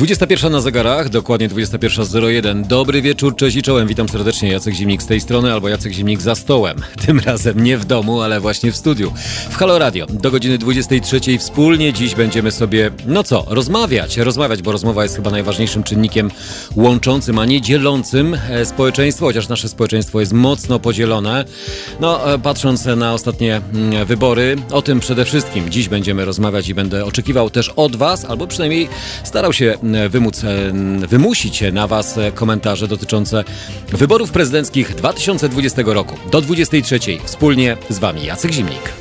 21 na zegarach, dokładnie 21:01. Dobry wieczór, cześć i czołem. Witam serdecznie, Jacek Zimnik z tej strony, albo Jacek Zimnik za stołem. Tym razem nie w domu, ale właśnie w studiu. W Halo Radio. Do godziny 23 wspólnie dziś będziemy sobie, rozmawiać, bo rozmowa jest chyba najważniejszym czynnikiem łączącym, a nie dzielącym społeczeństwo, chociaż nasze społeczeństwo jest mocno podzielone. Patrząc na ostatnie wybory, o tym przede wszystkim dziś będziemy rozmawiać i będę oczekiwał też od Was, albo przynajmniej starał się wymusić na Was komentarze dotyczące wyborów prezydenckich 2020 roku. Do 23 wspólnie z Wami Jacek Zimnik.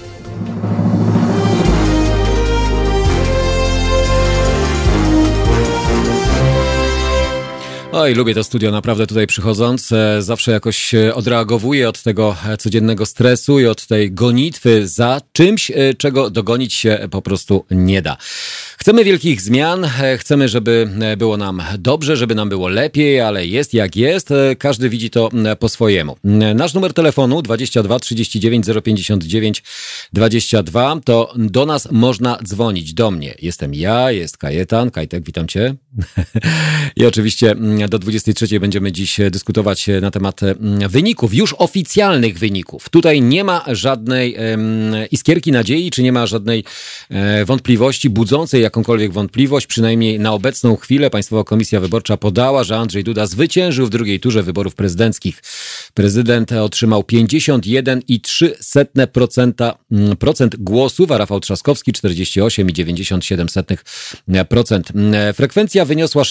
Oj, lubię to studio, naprawdę tutaj przychodząc. Zawsze jakoś odreagowuję od tego codziennego stresu i od tej gonitwy za czymś, czego dogonić się po prostu nie da. Chcemy wielkich zmian, chcemy, żeby było nam dobrze, żeby nam było lepiej, ale jest jak jest. Każdy widzi to po swojemu. Nasz numer telefonu 22 39 059 22, to do nas można dzwonić. Do mnie. Jestem ja, jest Kajetan. Kajtek, witam Cię. I oczywiście do 23 będziemy dziś dyskutować na temat wyników, już oficjalnych wyników. Tutaj nie ma żadnej iskierki nadziei, czy nie ma żadnej wątpliwości budzącej jakąkolwiek wątpliwość. Przynajmniej na obecną chwilę Państwowa Komisja Wyborcza podała, że Andrzej Duda zwyciężył w drugiej turze wyborów prezydenckich. Prezydent otrzymał 51,3% głosów, a Rafał Trzaskowski 48,97%. Frekwencja wyniosła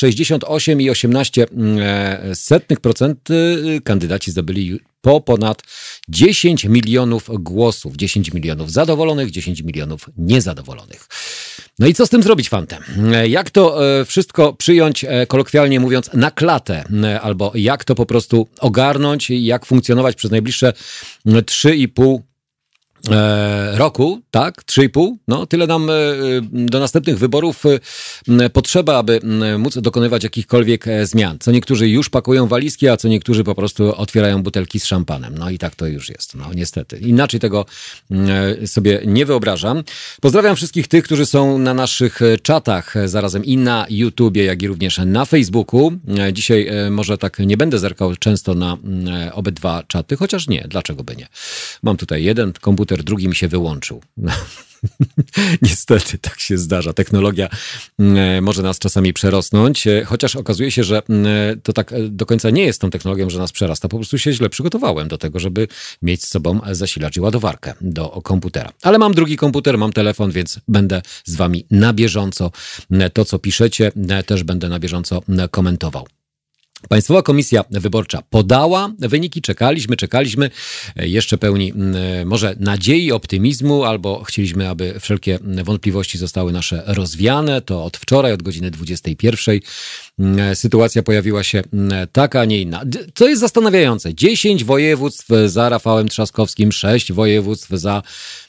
68,18%. Kandydaci zdobyli po ponad 10 milionów głosów. 10 milionów zadowolonych, 10 milionów niezadowolonych. No i co z tym zrobić, fantem? Jak to wszystko przyjąć, kolokwialnie mówiąc, na klatę? Albo jak to po prostu ogarnąć i jak funkcjonować przez najbliższe 3,5 roku, tak? 3,5? No, tyle nam do następnych wyborów potrzeba, aby móc dokonywać jakichkolwiek zmian. Co niektórzy już pakują walizki, a co niektórzy po prostu otwierają butelki z szampanem. No i tak to już jest. No niestety. Inaczej tego sobie nie wyobrażam. Pozdrawiam wszystkich tych, którzy są na naszych czatach, zarazem i na YouTubie, jak i również na Facebooku. Dzisiaj może tak nie będę zerkał często na obydwa czaty, chociaż nie, dlaczego by nie. Mam tutaj jeden komputer, drugi mi się wyłączył. Niestety tak się zdarza. Technologia może nas czasami przerosnąć, chociaż okazuje się, że to tak do końca nie jest tą technologią, że nas przerasta. Po prostu się źle przygotowałem do tego, żeby mieć z sobą zasilacz i ładowarkę do komputera. Ale mam drugi komputer, mam telefon, więc będę z Wami na bieżąco. To, co piszecie, też będę na bieżąco komentował. Państwowa Komisja Wyborcza podała wyniki, czekaliśmy, jeszcze pełni może nadziei, optymizmu, albo chcieliśmy, aby wszelkie wątpliwości zostały nasze rozwiane. To od wczoraj, od godziny 21. Sytuacja pojawiła się taka, a nie inna. Co jest zastanawiające, 10 województw za Rafałem Trzaskowskim, 6 województw za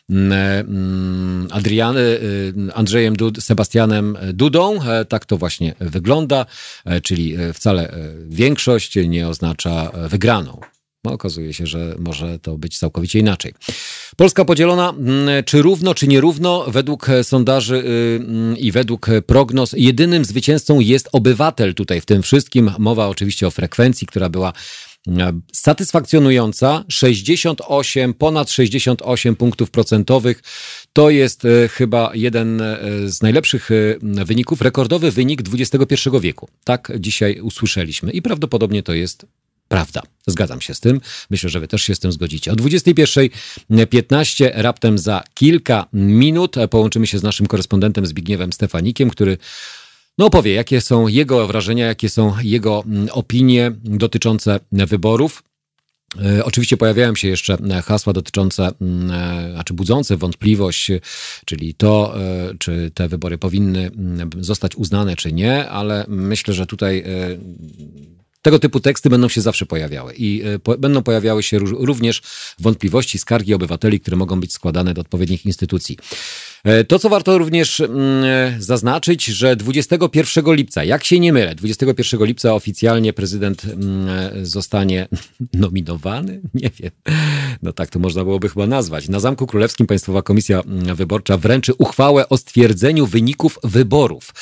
Andrzejem Sebastianem Dudą. Tak to właśnie wygląda, czyli wcale większość nie oznacza wygraną. No, okazuje się, że może to być całkowicie inaczej. Polska podzielona, czy równo, czy nierówno? Według sondaży i według prognoz jedynym zwycięzcą jest obywatel tutaj w tym wszystkim. Mowa oczywiście o frekwencji, która była satysfakcjonująca. Ponad 68 punktów procentowych. To jest chyba jeden z najlepszych wyników, rekordowy wynik XXI wieku. Tak dzisiaj usłyszeliśmy i prawdopodobnie to jest prawda. Zgadzam się z tym. Myślę, że Wy też się z tym zgodzicie. O 21:15, raptem za kilka minut, połączymy się z naszym korespondentem Zbigniewem Stefanikiem, który opowie, jakie są jego wrażenia, jakie są jego opinie dotyczące wyborów. Oczywiście pojawiają się jeszcze hasła dotyczące, budzące wątpliwość, czyli to, czy te wybory powinny zostać uznane, czy nie, ale myślę, że tutaj tego typu teksty będą się zawsze pojawiały i będą pojawiały się również wątpliwości, skargi obywateli, które mogą być składane do odpowiednich instytucji. To, co warto również zaznaczyć, że 21 lipca, jak się nie mylę, 21 lipca oficjalnie prezydent zostanie nominowany? Nie wiem. No tak to można byłoby chyba nazwać. Na Zamku Królewskim Państwowa Komisja Wyborcza wręczy uchwałę o stwierdzeniu wyników wyborów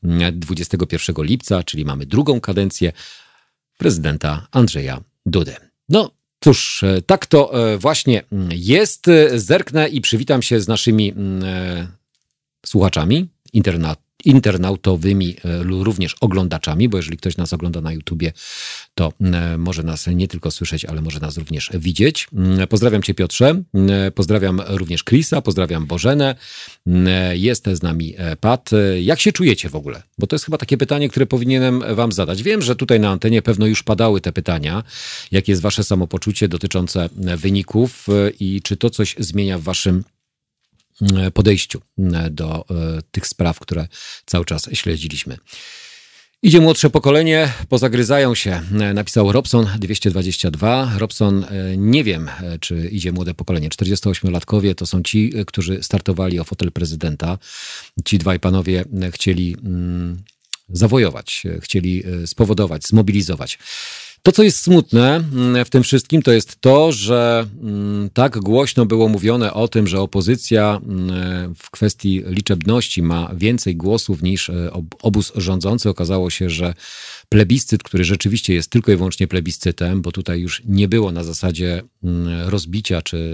21 lipca, czyli mamy drugą kadencję prezydenta Andrzeja Dudy. No cóż, tak to właśnie jest. Zerknę i przywitam się z naszymi słuchaczami, internautowymi, również oglądaczami, bo jeżeli ktoś nas ogląda na YouTubie, to może nas nie tylko słyszeć, ale może nas również widzieć. Pozdrawiam Cię, Piotrze, pozdrawiam również Chrisa, pozdrawiam Bożenę, jest z nami Pat. Jak się czujecie w ogóle? Bo to jest chyba takie pytanie, które powinienem Wam zadać. Wiem, że tutaj na antenie pewno już padały te pytania. Jakie jest Wasze samopoczucie dotyczące wyników i czy to coś zmienia w Waszym podejściu do tych spraw, które cały czas śledziliśmy. Idzie młodsze pokolenie, pozagryzają się, napisał Robson 222. Robson, nie wiem, czy idzie młode pokolenie. 48-latkowie to są ci, którzy startowali o fotel prezydenta. Ci dwaj panowie chcieli zawojować, chcieli spowodować, zmobilizować. To, co jest smutne w tym wszystkim, to jest to, że tak głośno było mówione o tym, że opozycja w kwestii liczebności ma więcej głosów niż obóz rządzący. Okazało się, że plebiscyt, który rzeczywiście jest tylko i wyłącznie plebiscytem, bo tutaj już nie było na zasadzie rozbicia czy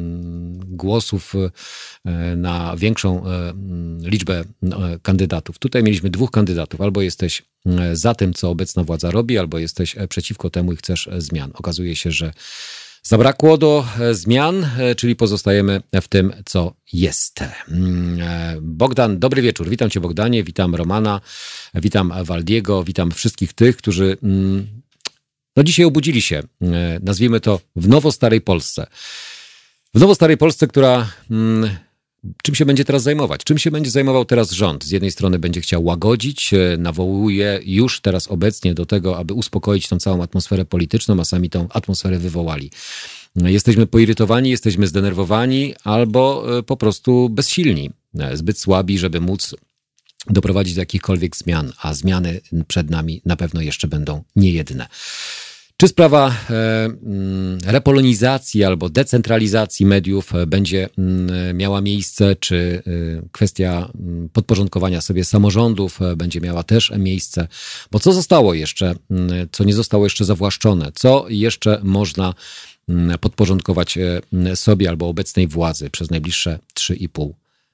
głosów na większą liczbę kandydatów. Tutaj mieliśmy dwóch kandydatów. Albo jesteś za tym, co obecna władza robi, albo jesteś przeciwko temu i chcesz zmian. Okazuje się, że zabrakło do zmian, czyli pozostajemy w tym, co jest. Bogdan, dobry wieczór. Witam Cię, Bogdanie, witam Romana, witam Waldiego, witam wszystkich tych, którzy dzisiaj obudzili się, nazwijmy to, w nowo-starej Polsce. W nowo-starej Polsce, która... Czym się będzie teraz zajmować? Czym się będzie zajmował teraz rząd? Z jednej strony będzie chciał łagodzić, nawołuje już teraz obecnie do tego, aby uspokoić tą całą atmosferę polityczną, a sami tą atmosferę wywołali. Jesteśmy poirytowani, jesteśmy zdenerwowani albo po prostu bezsilni, zbyt słabi, żeby móc doprowadzić do jakichkolwiek zmian, a zmiany przed nami na pewno jeszcze będą niejedne. Czy sprawa repolonizacji albo decentralizacji mediów będzie miała miejsce, czy kwestia podporządkowania sobie samorządów będzie miała też miejsce? Bo co zostało jeszcze, co nie zostało jeszcze zawłaszczone? Co jeszcze można podporządkować sobie albo obecnej władzy przez najbliższe 3,5?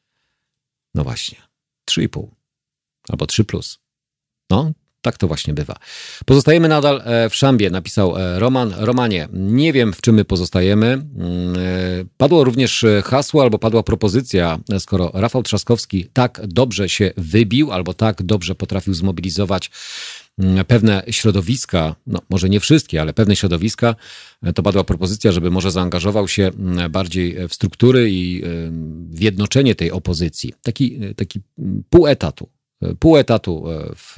No właśnie, 3,5 albo 3+. No, tak to właśnie bywa. Pozostajemy nadal w szambie, napisał Roman. Romanie, nie wiem, w czym my pozostajemy. Padło również hasło albo padła propozycja, skoro Rafał Trzaskowski tak dobrze się wybił albo tak dobrze potrafił zmobilizować pewne środowiska, no może nie wszystkie, ale pewne środowiska, to padła propozycja, żeby może zaangażował się bardziej w struktury i w jednoczenie tej opozycji. Taki pół etatu w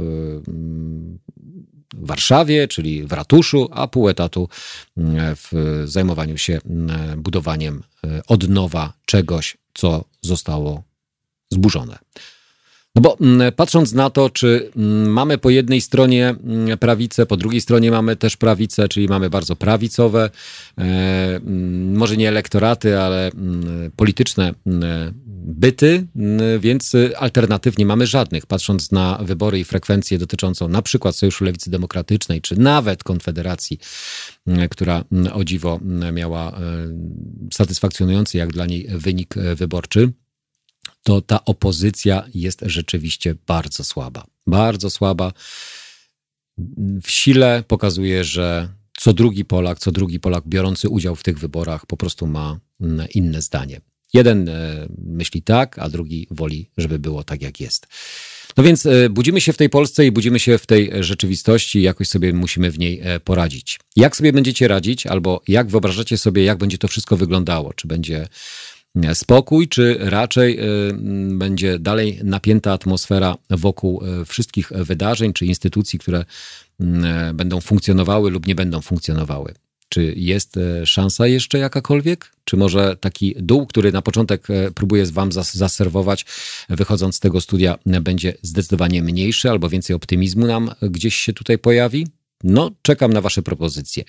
Warszawie, czyli w ratuszu, a pół etatu w zajmowaniu się budowaniem od nowa czegoś, co zostało zburzone. No bo patrząc na to, czy mamy po jednej stronie prawicę, po drugiej stronie mamy też prawicę, czyli mamy bardzo prawicowe, może nie elektoraty, ale polityczne byty, więc alternatyw nie mamy żadnych. Patrząc na wybory i frekwencję dotyczącą na przykład Sojuszu Lewicy Demokratycznej, czy nawet Konfederacji, która o dziwo miała satysfakcjonujący jak dla niej wynik wyborczy, to ta opozycja jest rzeczywiście bardzo słaba. Bardzo słaba. W sile pokazuje, że co drugi Polak biorący udział w tych wyborach po prostu ma inne zdanie. Jeden myśli tak, a drugi woli, żeby było tak, jak jest. No więc budzimy się w tej Polsce i budzimy się w tej rzeczywistości i jakoś sobie musimy w niej poradzić. Jak sobie będziecie radzić, albo jak wyobrażacie sobie, jak będzie to wszystko wyglądało? Czy będzie spokój, czy raczej będzie dalej napięta atmosfera wokół wszystkich wydarzeń, czy instytucji, które będą funkcjonowały lub nie będą funkcjonowały? Czy jest szansa jeszcze jakakolwiek? Czy może taki dół, który na początek próbuję wam zaserwować, wychodząc z tego studia, będzie zdecydowanie mniejszy, albo więcej optymizmu nam gdzieś się tutaj pojawi? No, czekam na wasze propozycje.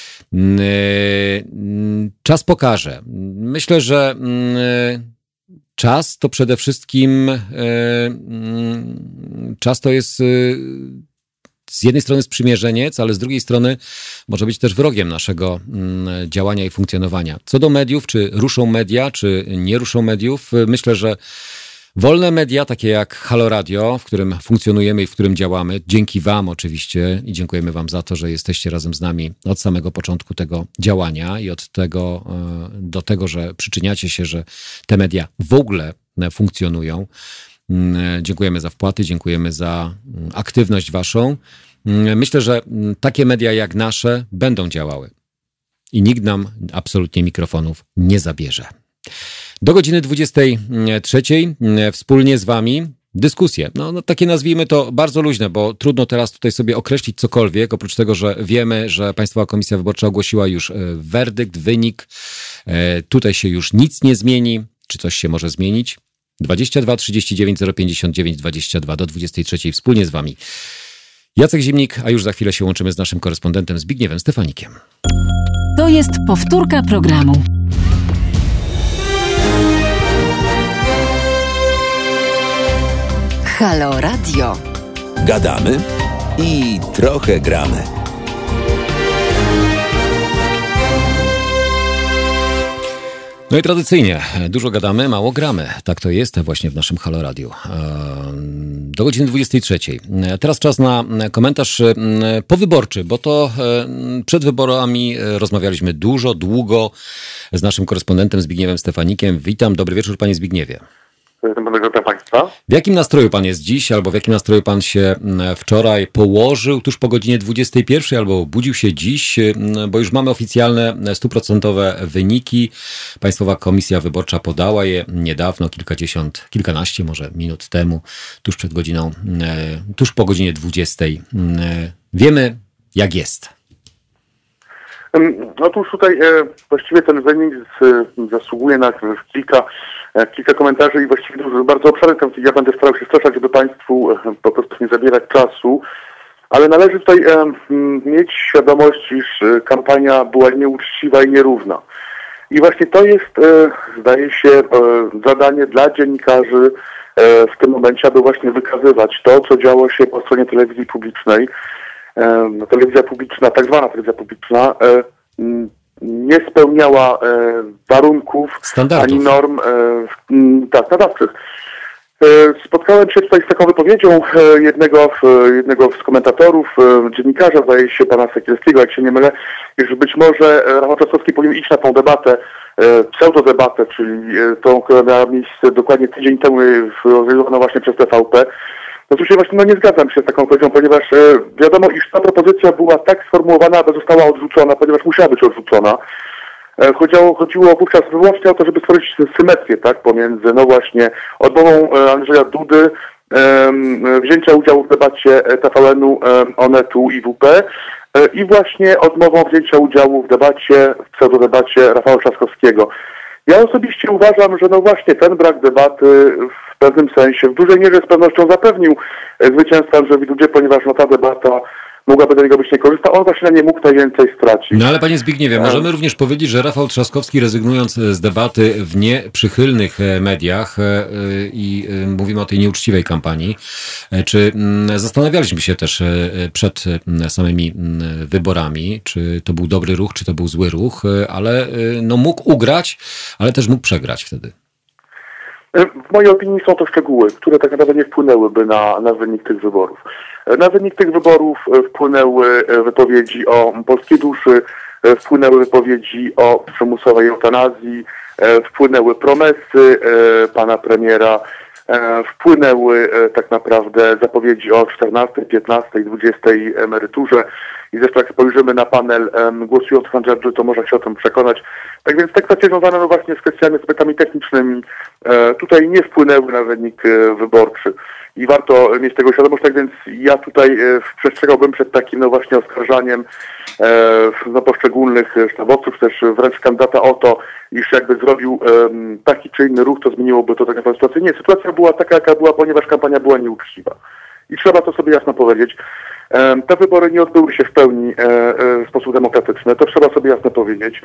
Czas pokaże. Myślę, że czas to przede wszystkim czas to jest z jednej strony sprzymierzeniec, ale z drugiej strony może być też wrogiem naszego działania i funkcjonowania. Co do mediów, czy ruszą media, czy nie ruszą mediów, myślę, że wolne media, takie jak Halo Radio, w którym funkcjonujemy i w którym działamy, dzięki wam oczywiście i dziękujemy wam za to, że jesteście razem z nami od samego początku tego działania i od tego do tego, że przyczyniacie się, że te media w ogóle funkcjonują. Dziękujemy za wpłaty, dziękujemy za aktywność waszą. Myślę, że takie media jak nasze będą działały i nikt nam absolutnie mikrofonów nie zabierze. Do godziny 23 wspólnie z wami dyskusje. No takie nazwijmy to bardzo luźne, bo trudno teraz tutaj sobie określić cokolwiek, oprócz tego, że wiemy, że Państwowa Komisja Wyborcza ogłosiła już werdykt, wynik. Tutaj się już nic nie zmieni. Czy coś się może zmienić? 22 39 059 22 do 23 wspólnie z wami. Jacek Zimnik, a już za chwilę się łączymy z naszym korespondentem Zbigniewem Stefanikiem. To jest powtórka programu. Halo Radio. Gadamy i trochę gramy. No i tradycyjnie, dużo gadamy, mało gramy. Tak to jest właśnie w naszym Halo Radio. Do godziny 23. Teraz czas na komentarz powyborczy, bo to przed wyborami rozmawialiśmy długo z naszym korespondentem Zbigniewem Stefanikiem. Witam, dobry wieczór panie Zbigniewie. Dobry Państwa. W jakim nastroju pan jest dziś, albo w jakim nastroju pan się wczoraj położył, tuż po godzinie 21, albo budził się dziś, bo już mamy oficjalne 100% wyniki. Państwowa Komisja Wyborcza podała je niedawno, kilkanaście może minut temu, tuż po godzinie 20. Wiemy, jak jest. Otóż tutaj właściwie ten wynik zasługuje na kilka komentarzy i właściwie bardzo obszerny. Ja będę starał się streszczać, żeby Państwu po prostu nie zabierać czasu, ale należy tutaj mieć świadomość, iż kampania była nieuczciwa i nierówna. I właśnie to jest, zdaje się, zadanie dla dziennikarzy w tym momencie, aby właśnie wykazywać to, co działo się po stronie telewizji publicznej. Telewizja publiczna, tak zwana telewizja publiczna, nie spełniała warunków standardów ani norm nadawczych. Spotkałem się tutaj z taką wypowiedzią jednego z komentatorów, dziennikarza, zdaje się pana Sekielskiego, jak się nie mylę, iż być może Rafał Trzaskowski powinien iść na tą debatę, pseudodebatę, czyli tą, która miała miejsce dokładnie tydzień temu, organizowaną właśnie przez TVP. Otóż właśnie nie zgadzam się z taką kwestią, ponieważ wiadomo, iż ta propozycja była tak sformułowana, aby została odrzucona, ponieważ musiała być odrzucona. Chodziło wówczas wyłącznie o to, żeby stworzyć symetrię, tak, pomiędzy właśnie odmową Andrzeja Dudy, wzięcia udziału w debacie TVN-u, Onetu i WP i właśnie odmową wzięcia udziału w pseudodebacie Rafała Trzaskowskiego. Ja osobiście uważam, że no właśnie ten brak debaty w pewnym sensie, w dużej mierze z pewnością zapewnił zwycięstwo Andrzejowi Dudzie, ponieważ ta debata mogłaby do niego być niekorzystna. On właśnie na nie mógł najwięcej stracić. No ale panie Zbigniewie, możemy również powiedzieć, że Rafał Trzaskowski, rezygnując z debaty w nieprzychylnych mediach i mówimy o tej nieuczciwej kampanii, czy zastanawialiśmy się też przed samymi wyborami, czy to był dobry ruch, czy to był zły ruch, ale mógł ugrać, ale też mógł przegrać wtedy. W mojej opinii są to szczegóły, które tak naprawdę nie wpłynęłyby na wynik tych wyborów. Na wynik tych wyborów wpłynęły wypowiedzi o polskiej duszy, wpłynęły wypowiedzi o przymusowej eutanazji, wpłynęły promesy pana premiera, wpłynęły tak naprawdę zapowiedzi o 14, 15, 20 emeryturze. I zresztą jak spojrzymy na panel głosujących Andrzeja Dudy, to można się o tym przekonać. Tak więc te kwestie związane właśnie z kwestiami, aspektami technicznymi tutaj nie wpłynęły na wynik wyborczy. I warto mieć tego świadomość, tak więc ja tutaj przestrzegałbym przed takim no właśnie oskarżaniem poszczególnych sztabowców, też wręcz kandydata o to, iż jakby zrobił taki czy inny ruch, to zmieniłoby to tak naprawdę sytuację. Nie, sytuacja była taka, jaka była, ponieważ kampania była nieuczciwa. I trzeba to sobie jasno powiedzieć. Te wybory nie odbyły się w pełni w sposób demokratyczny, to trzeba sobie jasno powiedzieć.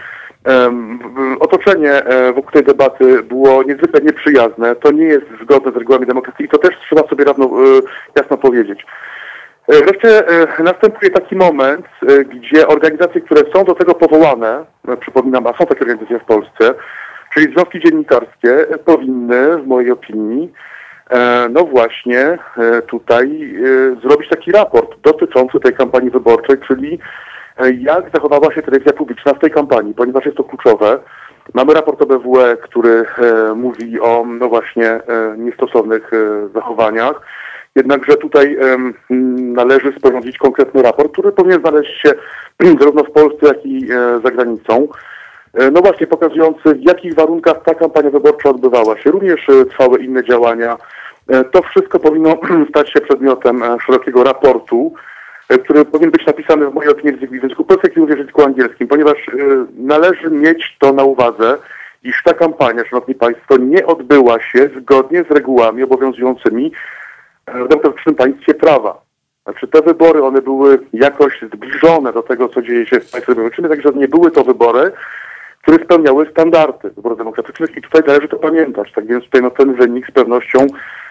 Otoczenie wokół tej debaty było niezwykle nieprzyjazne, to nie jest zgodne z regułami demokracji i to też trzeba sobie jasno powiedzieć. Wreszcie następuje taki moment, gdzie organizacje, które są do tego powołane, przypominam, a są takie organizacje w Polsce, czyli związki dziennikarskie, powinny, w mojej opinii, no właśnie tutaj zrobić taki raport dotyczący tej kampanii wyborczej, czyli jak zachowała się telewizja publiczna w tej kampanii, ponieważ jest to kluczowe. Mamy raport OBWE, który mówi o no właśnie niestosownych zachowaniach, jednakże tutaj należy sporządzić konkretny raport, który powinien znaleźć się zarówno w Polsce, jak i za granicą. No właśnie pokazujący, w jakich warunkach ta kampania wyborcza odbywała się. Również trwały inne działania. To wszystko powinno stać się przedmiotem szerokiego raportu, który powinien być napisany w mojej opinii w języku polskim, jak i również w języku angielskim, ponieważ należy mieć to na uwadze, iż ta kampania, szanowni państwo, nie odbyła się zgodnie z regułami obowiązującymi w demokratycznym państwie prawa. Znaczy te wybory, one były jakoś zbliżone do tego, co dzieje się w państwie demokratycznym, także nie były to wybory, które spełniały standardy wyborów demokratycznych i tutaj należy to pamiętać. Tak więc tutaj ten wynik z pewnością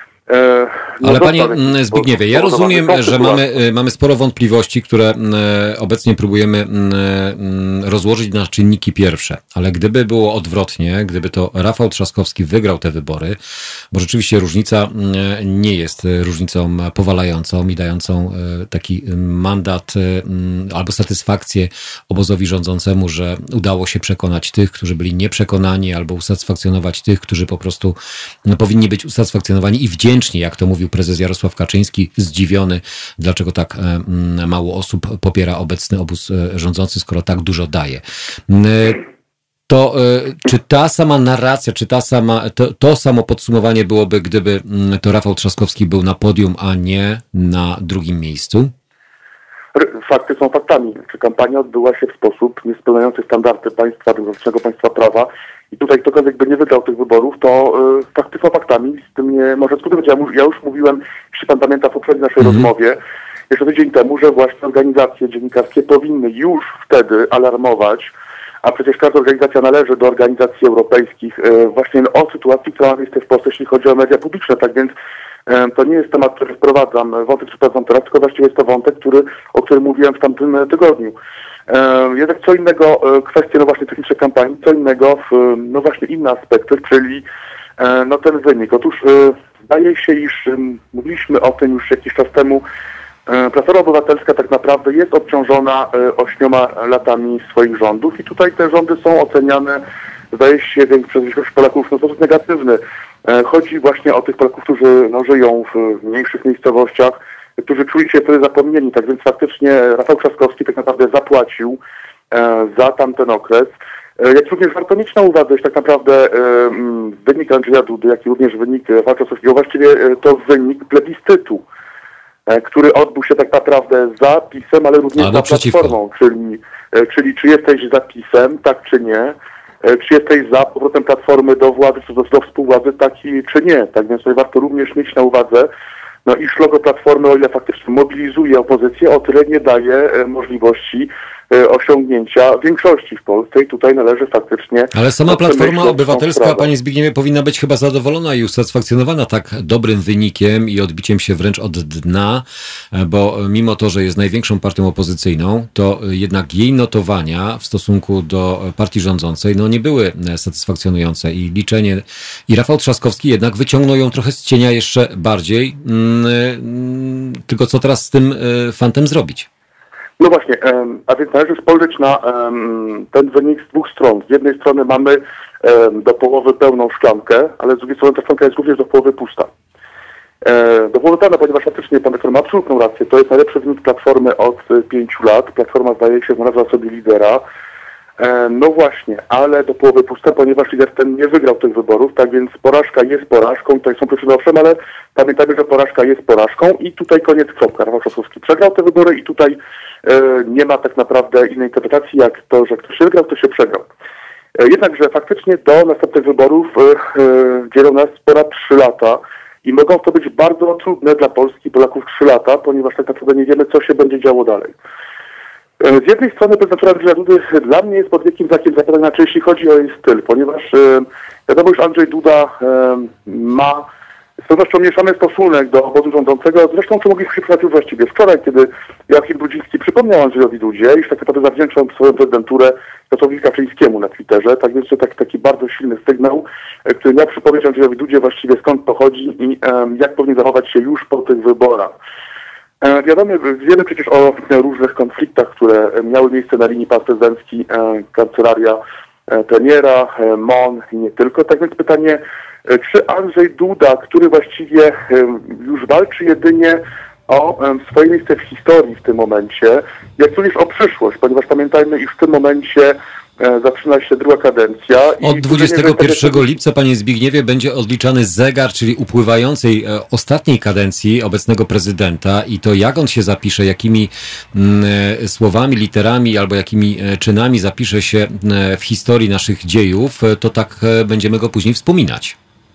ale panie Zbigniewie, ja rozumiem, że mamy sporo wątpliwości, które obecnie próbujemy rozłożyć na czynniki pierwsze, ale gdyby było odwrotnie, gdyby to Rafał Trzaskowski wygrał te wybory, bo rzeczywiście różnica nie jest różnicą powalającą i dającą taki mandat albo satysfakcję obozowi rządzącemu, że udało się przekonać tych, którzy byli nieprzekonani, albo usatysfakcjonować tych, którzy po prostu powinni być usatysfakcjonowani i wdzięczni, jak to mówił prezes Jarosław Kaczyński, zdziwiony, dlaczego tak mało osób popiera obecny obóz rządzący, skoro tak dużo daje. To czy ta sama narracja, czy to samo podsumowanie byłoby, gdyby to Rafał Trzaskowski był na podium, a nie na drugim miejscu? Fakty są faktami. Czy kampania odbyła się w sposób niespełniający standardy państwa, demokratycznego państwa prawa i tutaj ktokolwiek by nie wygrał tych wyborów, to fakty są faktami. Z tym nie może skutkować. Ja już mówiłem, jeśli pan pamięta w poprzedniej naszej rozmowie, jeszcze tydzień temu, że właśnie organizacje dziennikarskie powinny już wtedy alarmować, a przecież każda organizacja należy do organizacji europejskich właśnie o sytuacji, która ma miejsce w Polsce, jeśli chodzi o media publiczne. Tak więc to nie jest temat, który wprowadzam, wątek, który wprowadzam teraz, tylko właściwie jest to wątek, o którym mówiłem w tamtym tygodniu. Jednak co innego kwestie no właśnie techniczne kampanii, co innego no właśnie inne aspekty, czyli no ten wynik. Otóż zdaje się, iż mówiliśmy o tym już jakiś czas temu, Platforma Obywatelska tak naprawdę jest obciążona 8 latami swoich rządów i tutaj te rządy są oceniane, zdaje się, przez większość Polaków w sposób negatywny. Chodzi właśnie o tych Polaków, którzy no, żyją w mniejszych miejscowościach, którzy czuli się wtedy zapomnieni. Tak więc faktycznie Rafał Trzaskowski tak naprawdę zapłacił za tamten okres. Jak również warto mieć na uwadze, że tak naprawdę wynik Andrzeja Dudy, jak i również wynik Rafała Trzaskowskiego, właściwie to wynik plebiscytu, który odbył się tak naprawdę za PiS-em, ale również za Platformą. Czyli czy jesteś za PiS-em, tak czy nie? Czy jesteś za powrotem Platformy do władzy, czy do współwładzy, tak czy nie? Tak więc tutaj warto również mieć na uwadze, no iż logo Platformy, o ile faktycznie mobilizuje opozycję, o tyle nie daje możliwości osiągnięcia większości w Polsce i tutaj należy faktycznie... Ale sama Platforma Obywatelska, panie Zbigniewie, powinna być chyba zadowolona i usatysfakcjonowana tak dobrym wynikiem i odbiciem się wręcz od dna, bo mimo to, że jest największą partią opozycyjną, to jednak jej notowania w stosunku do partii rządzącej no nie były satysfakcjonujące i liczenie... I Rafał Trzaskowski jednak wyciągnął ją trochę z cienia jeszcze bardziej. Tylko co teraz z tym fantem zrobić? No właśnie, a więc należy spojrzeć na ten wynik z dwóch stron. Z jednej strony mamy do połowy pełną szklankę, ale z drugiej strony ta szklanka jest również do połowy pusta. Do połowy pełna, ponieważ faktycznie pan doktor ma absolutną rację. To jest najlepszy wynik Platformy od 5 lat. Platforma, zdaje się, znalazła sobie lidera. No właśnie, ale do połowy puste, ponieważ lider ten nie wygrał tych wyborów, tak więc porażka jest porażką, tutaj są przyczyny owszem, ale pamiętajmy, że porażka jest porażką i tutaj koniec, kropka. Rafał Trzaskowski przegrał te wybory i tutaj nie ma tak naprawdę innej interpretacji, jak to, że ktoś się wygrał, to się przegrał. Jednakże faktycznie do następnych wyborów dzielą nas ponad 3 lata i mogą to być bardzo trudne dla Polski i Polaków 3 lata, ponieważ tak naprawdę nie wiemy, co się będzie działo dalej. Z jednej strony prezydentura Andrzeja Dudy dla mnie jest pod wielkim znakiem zapytania, czy jeśli chodzi o jej styl, ponieważ wiadomo, że Andrzej Duda ma z pewnością mieszany stosunek do obozu rządzącego, zresztą co mogliśmy się przekonać już właściwie wczoraj, kiedy Joachim Brudziński przypomniał Andrzejowi Dudzie, iż tak naprawdę zawdzięczał swoją prezydenturę Jarosławowi Kaczyńskiemu na Twitterze, tak więc to taki bardzo silny sygnał, który miał przypomnieć Andrzejowi Dudzie właściwie skąd pochodzi i jak powinien zachować się już po tych wyborach. Wiemy przecież o różnych konfliktach, które miały miejsce na linii pas prezydencki, kancelaria premiera, MON i nie tylko. Tak więc pytanie, czy Andrzej Duda, który właściwie już walczy jedynie o swoje miejsce w historii w tym momencie, jak również o przyszłość, ponieważ pamiętajmy, iż w tym momencie zaczyna się druga kadencja. Od 21 lipca, panie Zbigniewie, będzie odliczany zegar, czyli upływającej ostatniej kadencji obecnego prezydenta i to jak on się zapisze, jakimi słowami, literami albo jakimi czynami zapisze się w historii naszych dziejów, to tak będziemy go później wspominać.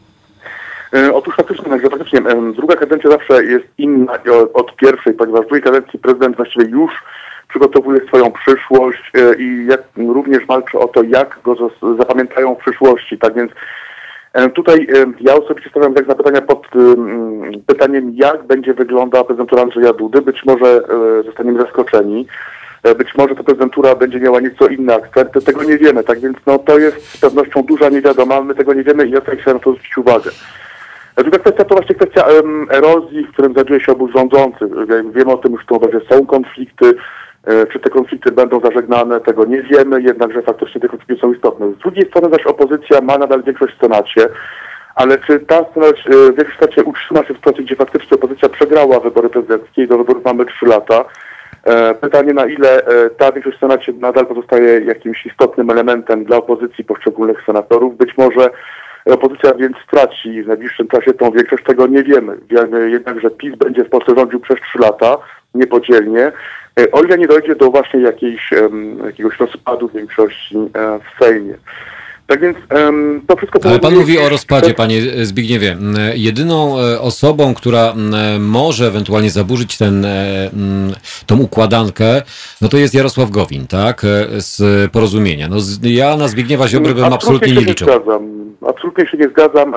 Otóż faktycznie, druga kadencja zawsze jest inna od pierwszej, ponieważ w drugiej kadencji prezydent właściwie już przygotowuje swoją przyszłość i również walczy o to, jak go zapamiętają w przyszłości. Tak więc tutaj ja osobiście stawiam znak zapytania pod pytaniem, jak będzie wyglądała prezydentura Andrzeja Dudy. Być może zostaniemy zaskoczeni. Być może ta prezydentura będzie miała nieco inne akcenty. Tego nie wiemy. Tak więc to jest z pewnością duża niewiadoma. My tego nie wiemy i ja tutaj chciałem na to zwrócić uwagę. Druga kwestia to właśnie kwestia erozji, w którym znajduje się obóz rządzący. Wiemy o tym, że w tym obozie są konflikty. Czy te konflikty będą zażegnane, tego nie wiemy, jednakże faktycznie te konflikty są istotne. Z drugiej strony zaś opozycja ma nadal większość w Senacie, ale czy ta większość w Senacie utrzyma się w sytuacji, gdzie faktycznie opozycja przegrała wybory prezydenckie i do wyborów mamy 3 lata? Pytanie, na ile ta większość w Senacie nadal pozostaje jakimś istotnym elementem dla opozycji poszczególnych senatorów. Być może opozycja więc straci w najbliższym czasie tą większość, tego nie wiemy. Wiemy jednak, że PiS będzie w Polsce rządził przez 3 lata, niepodzielnie, o ile nie dojdzie do właśnie jakiegoś rozpadu większości w Sejmie. Tak więc to wszystko... Ale pan mówi o rozpadzie, panie Zbigniewie. Jedyną osobą, która może ewentualnie zaburzyć tą układankę, to jest Jarosław Gowin, tak? Z Porozumienia. Ja na Zbigniewa Ziobrę bym absolutnie nie liczył. Absolutnie się nie zgadzam.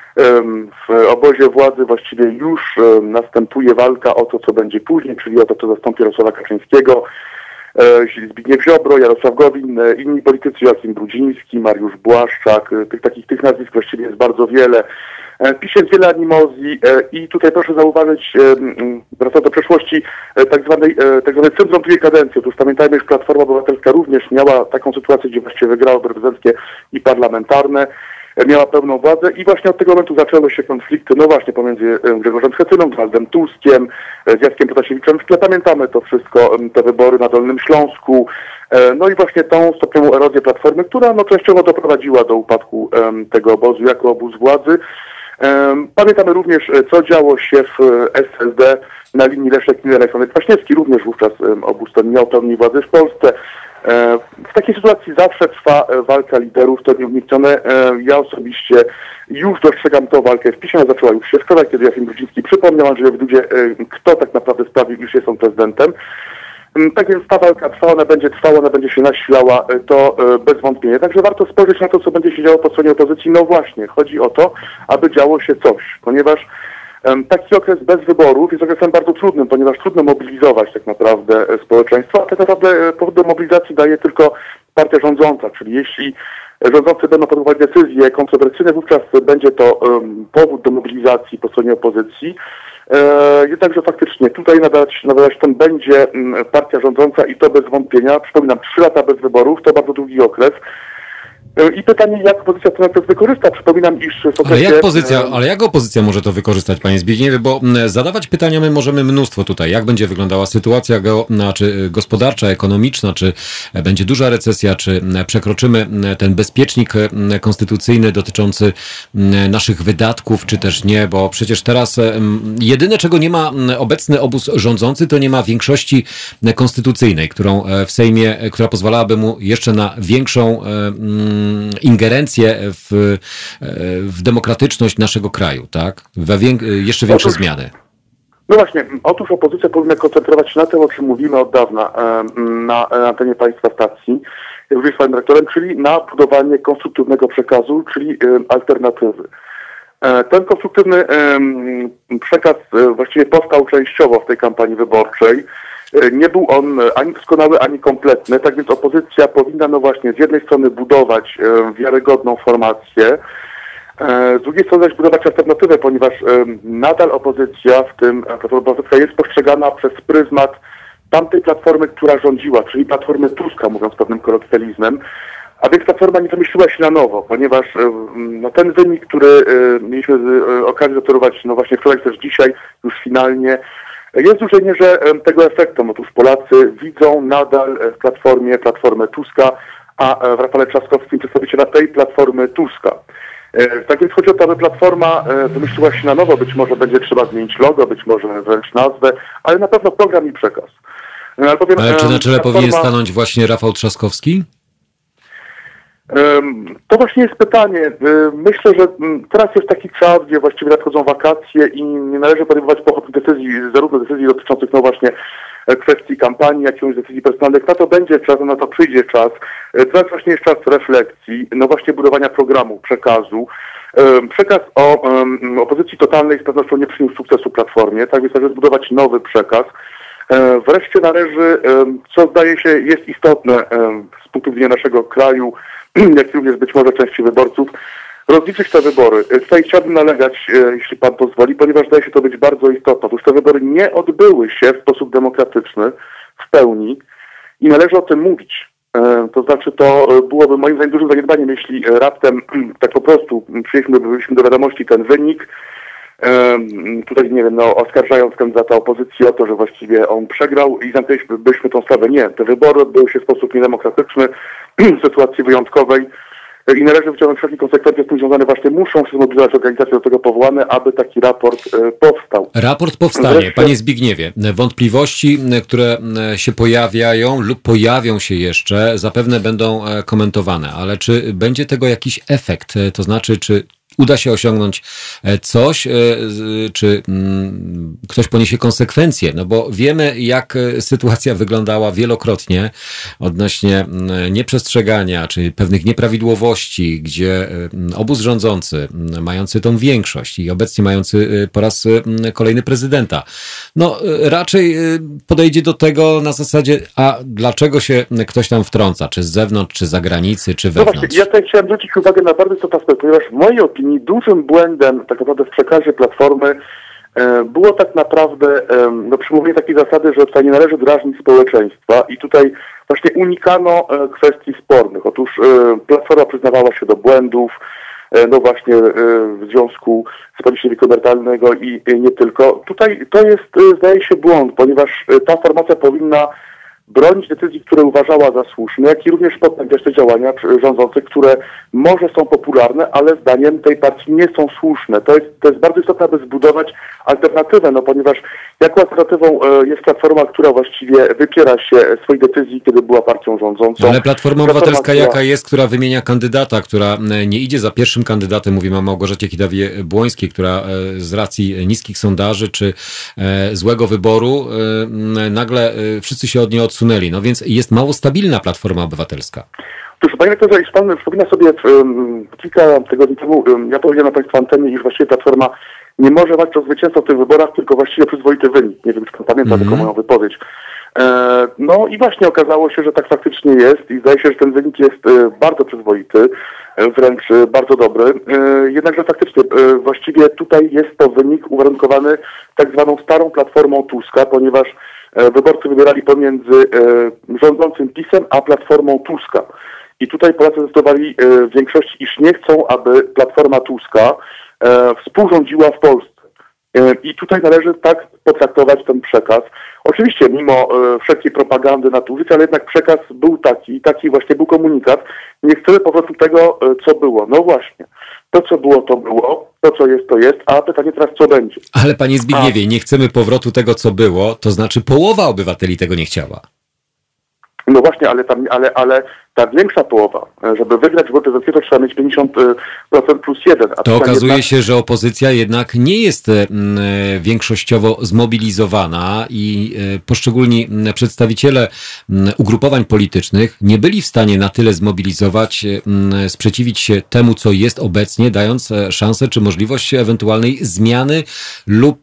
W obozie władzy właściwie już następuje walka o to, co będzie później, czyli o to, co zastąpi Jarosława Kaczyńskiego. Zbigniew Ziobro, Jarosław Gowin, inni politycy, Joachim Brudziński, Mariusz Błaszczak, tych nazwisk właściwie jest bardzo wiele. PiS jest wiele animozji i tutaj proszę zauważyć, wracając do przeszłości, tak zwany syndrom drugiej kadencji. Otóż pamiętajmy, że Platforma Obywatelska również miała taką sytuację, gdzie właściwie wygrały prezydenckie i parlamentarne. Miała pełną władzę i właśnie od tego momentu zaczęły się konflikty, właśnie pomiędzy Grzegorzem Schetyną, Donaldem Tuskiem, z Jackiem Protasiewiczem. Pamiętamy to wszystko, te wybory na Dolnym Śląsku, i właśnie tą stopniową erozję Platformy, która częściowo doprowadziła do upadku tego obozu jako obóz władzy. Pamiętamy również, co działo się w SLD na linii Leszek-Miller-Kwaśniewski, również wówczas obóz ten miał pełni władzy w Polsce. W takiej sytuacji zawsze trwa walka liderów, to nieuniknione. Ja osobiście już dostrzegam tę walkę w PiS-ie, ona zaczęła już się wczoraj, kiedy Joachim Brudziński przypomniał Andrzejowi Dudzie, kto tak naprawdę sprawił, iż jest on prezydentem. Tak więc ta walka trwa, ona będzie trwała, ona będzie się nasilała, to bez wątpienia. Także warto spojrzeć na to, co będzie się działo po stronie opozycji. Właśnie, chodzi o to, aby działo się coś, ponieważ taki okres bez wyborów jest okresem bardzo trudnym, ponieważ trudno mobilizować tak naprawdę społeczeństwo, a tak naprawdę powód do mobilizacji daje tylko partia rządząca, czyli jeśli rządzący będą podejmować decyzje kontrowersyjne, wówczas będzie to powód do mobilizacji po stronie opozycji. Jednakże faktycznie tutaj nadać ten będzie partia rządząca i to bez wątpienia. Przypominam, 3 lata bez wyborów to bardzo długi okres. I pytanie, jak opozycja ten efekt wykorzysta. Przypominam, iż w okresie... Ale jak opozycja może to wykorzystać, panie Zbigniewie? Bo zadawać pytania my możemy mnóstwo tutaj. Jak będzie wyglądała sytuacja czy gospodarcza, ekonomiczna, czy będzie duża recesja, czy przekroczymy ten bezpiecznik konstytucyjny dotyczący naszych wydatków, czy też nie, bo przecież teraz jedyne, czego nie ma obecny obóz rządzący, to nie ma większości konstytucyjnej, którą w Sejmie, która pozwalałaby mu jeszcze na większą ingerencję w demokratyczność naszego kraju, tak? Jeszcze większe zmiany. No właśnie, otóż opozycja powinna koncentrować się na tym, o czym mówimy od dawna na antenie państwa stacji, również z panem dyrektorem, czyli na budowanie konstruktywnego przekazu, czyli alternatywy. Ten konstruktywny przekaz właściwie powstał częściowo w tej kampanii wyborczej. Nie był on ani doskonały, ani kompletny, tak więc opozycja powinna no właśnie z jednej strony budować wiarygodną formację, z drugiej strony zaś budować alternatywę, ponieważ nadal opozycja, w tym Platforma Obywatelska, jest postrzegana przez pryzmat tamtej platformy, która rządziła, czyli Platformy Tuska, mówiąc pewnym kolokwializmem, a więc Platforma nie wymyśliła się na nowo, ponieważ no, ten wynik, który mieliśmy okazję zatorować no właśnie wczoraj, też dzisiaj, już finalnie, jest w dużej mierze tego efektem. Otóż Polacy widzą nadal w Platformę Tuska, a w Rafale Trzaskowskim przedstawiciela tej Platformy Tuska. Tak więc chodzi o to, aby Platforma wymyśliła się na nowo. Być może będzie trzeba zmienić logo, być może wręcz nazwę, ale na pewno program i przekaz. Albowiem, ale czy na czele powinien stanąć właśnie Rafał Trzaskowski? To właśnie jest pytanie. Myślę, że teraz jest taki czas, gdzie właściwie nadchodzą wakacje i nie należy podejmować pochopnych decyzji, zarówno decyzji dotyczących no właśnie kwestii kampanii, jak i decyzji personalnych. Na to będzie czas, na to przyjdzie czas. Teraz właśnie jest czas refleksji, no właśnie budowania programu, przekazu. Przekaz o opozycji totalnej z pewnością nie przyniósł sukcesu Platformie, tak więc należy zbudować nowy przekaz. Wreszcie należy, co zdaje się jest istotne z punktu widzenia naszego kraju, jak również być może części wyborców, rozliczyć te wybory. Tutaj chciałbym nalegać, jeśli pan pozwoli, ponieważ zdaje się to być bardzo istotne. Otóż te wybory nie odbyły się w sposób demokratyczny w pełni i należy o tym mówić. To znaczy to byłoby moim zdaniem dużym zaniedbaniem, jeśli raptem tak po prostu przyjęliśmy do wiadomości ten wynik, tutaj nie wiem, no oskarżając kandydata opozycji o to, że właściwie on przegrał i zamknęlibyśmy tą sprawę. Nie, te wybory odbyły się w sposób niedemokratyczny, w sytuacji wyjątkowej i należy wyciągnąć wszelkie konsekwencje z tym związane. Właśnie muszą się zmobilizować organizacje do tego powołane, aby taki raport powstał. Raport powstanie. Wreszcie... Panie Zbigniewie, wątpliwości, które się pojawiają lub pojawią się jeszcze, zapewne będą komentowane, ale czy będzie tego jakiś efekt? To znaczy, czy uda się osiągnąć coś, czy ktoś poniesie konsekwencje, no bo wiemy, jak sytuacja wyglądała wielokrotnie odnośnie nieprzestrzegania, czy pewnych nieprawidłowości, gdzie obóz rządzący, mający tą większość i obecnie mający po raz kolejny prezydenta, no raczej podejdzie do tego na zasadzie, a dlaczego się ktoś tam wtrąca, czy z zewnątrz, czy z zagranicy, czy wewnątrz? No właśnie, ja tutaj chciałem zwrócić uwagę na bardzo istotny aspekt, ponieważ w mojej opinii dużym błędem tak naprawdę w przekazie Platformy było tak naprawdę no, przymówienie takiej zasady, że tutaj nie należy drażnić społeczeństwa i tutaj właśnie unikano kwestii spornych. Otóż Platforma przyznawała się do błędów, no właśnie w związku z podniesieniem wieku emerytalnego i nie tylko. Tutaj to jest, zdaje się, błąd, ponieważ ta formacja powinna bronić decyzji, które uważała za słuszne, jak i również potępiać te działania rządzących, które może są popularne, ale zdaniem tej partii nie są słuszne. To jest bardzo istotne, aby zbudować alternatywę, no ponieważ jaką alternatywą jest Platforma, która właściwie wypiera się swoich decyzji, kiedy była partią rządzącą. Ale Platforma Obywatelska jaka jest, która wymienia kandydata, która nie idzie za pierwszym kandydatem, mówimy o Małgorzacie Kidawie-Błońskiej, która z racji niskich sondaży czy złego wyboru nagle wszyscy się od niej odsunęli. No więc jest mało stabilna Platforma Obywatelska. Otóż, panie rektorze, jeśli pan przypomina sobie kilka tygodni temu, ja powiedziałem na państwa antenie, iż właściwie Platforma nie może walczyć o zwycięstwo w tych wyborach, tylko właściwie przyzwoity wynik. Nie wiem, czy pan pamięta taką moją wypowiedź. No i właśnie okazało się, że tak faktycznie jest i zdaje się, że ten wynik jest bardzo przyzwoity, wręcz bardzo dobry. Jednakże faktycznie właściwie tutaj jest to wynik uwarunkowany tak zwaną starą Platformą Tuska, ponieważ wyborcy wybierali pomiędzy rządzącym PiS-em a Platformą Tuska. I tutaj Polacy zdecydowali w większości, iż nie chcą, aby Platforma Tuska współrządziła w Polsce. I tutaj należy tak potraktować ten przekaz. Oczywiście mimo wszelkiej propagandy nadużyć, ale jednak przekaz był taki właśnie był komunikat. Nie chcemy powrotu tego, co było. No właśnie, to co było, to było, to co jest, to jest, a pytanie teraz, co będzie. Ale panie Zbigniewie, nie chcemy powrotu tego, co było, to znaczy połowa obywateli tego nie chciała. No właśnie, ale ta większa połowa, żeby wygrać wybory prezydenckie, to trzeba mieć 50% plus 1. To okazuje się, że opozycja jednak nie jest większościowo zmobilizowana i poszczególni przedstawiciele ugrupowań politycznych nie byli w stanie na tyle zmobilizować, sprzeciwić się temu, co jest obecnie, dając szansę czy możliwość ewentualnej zmiany lub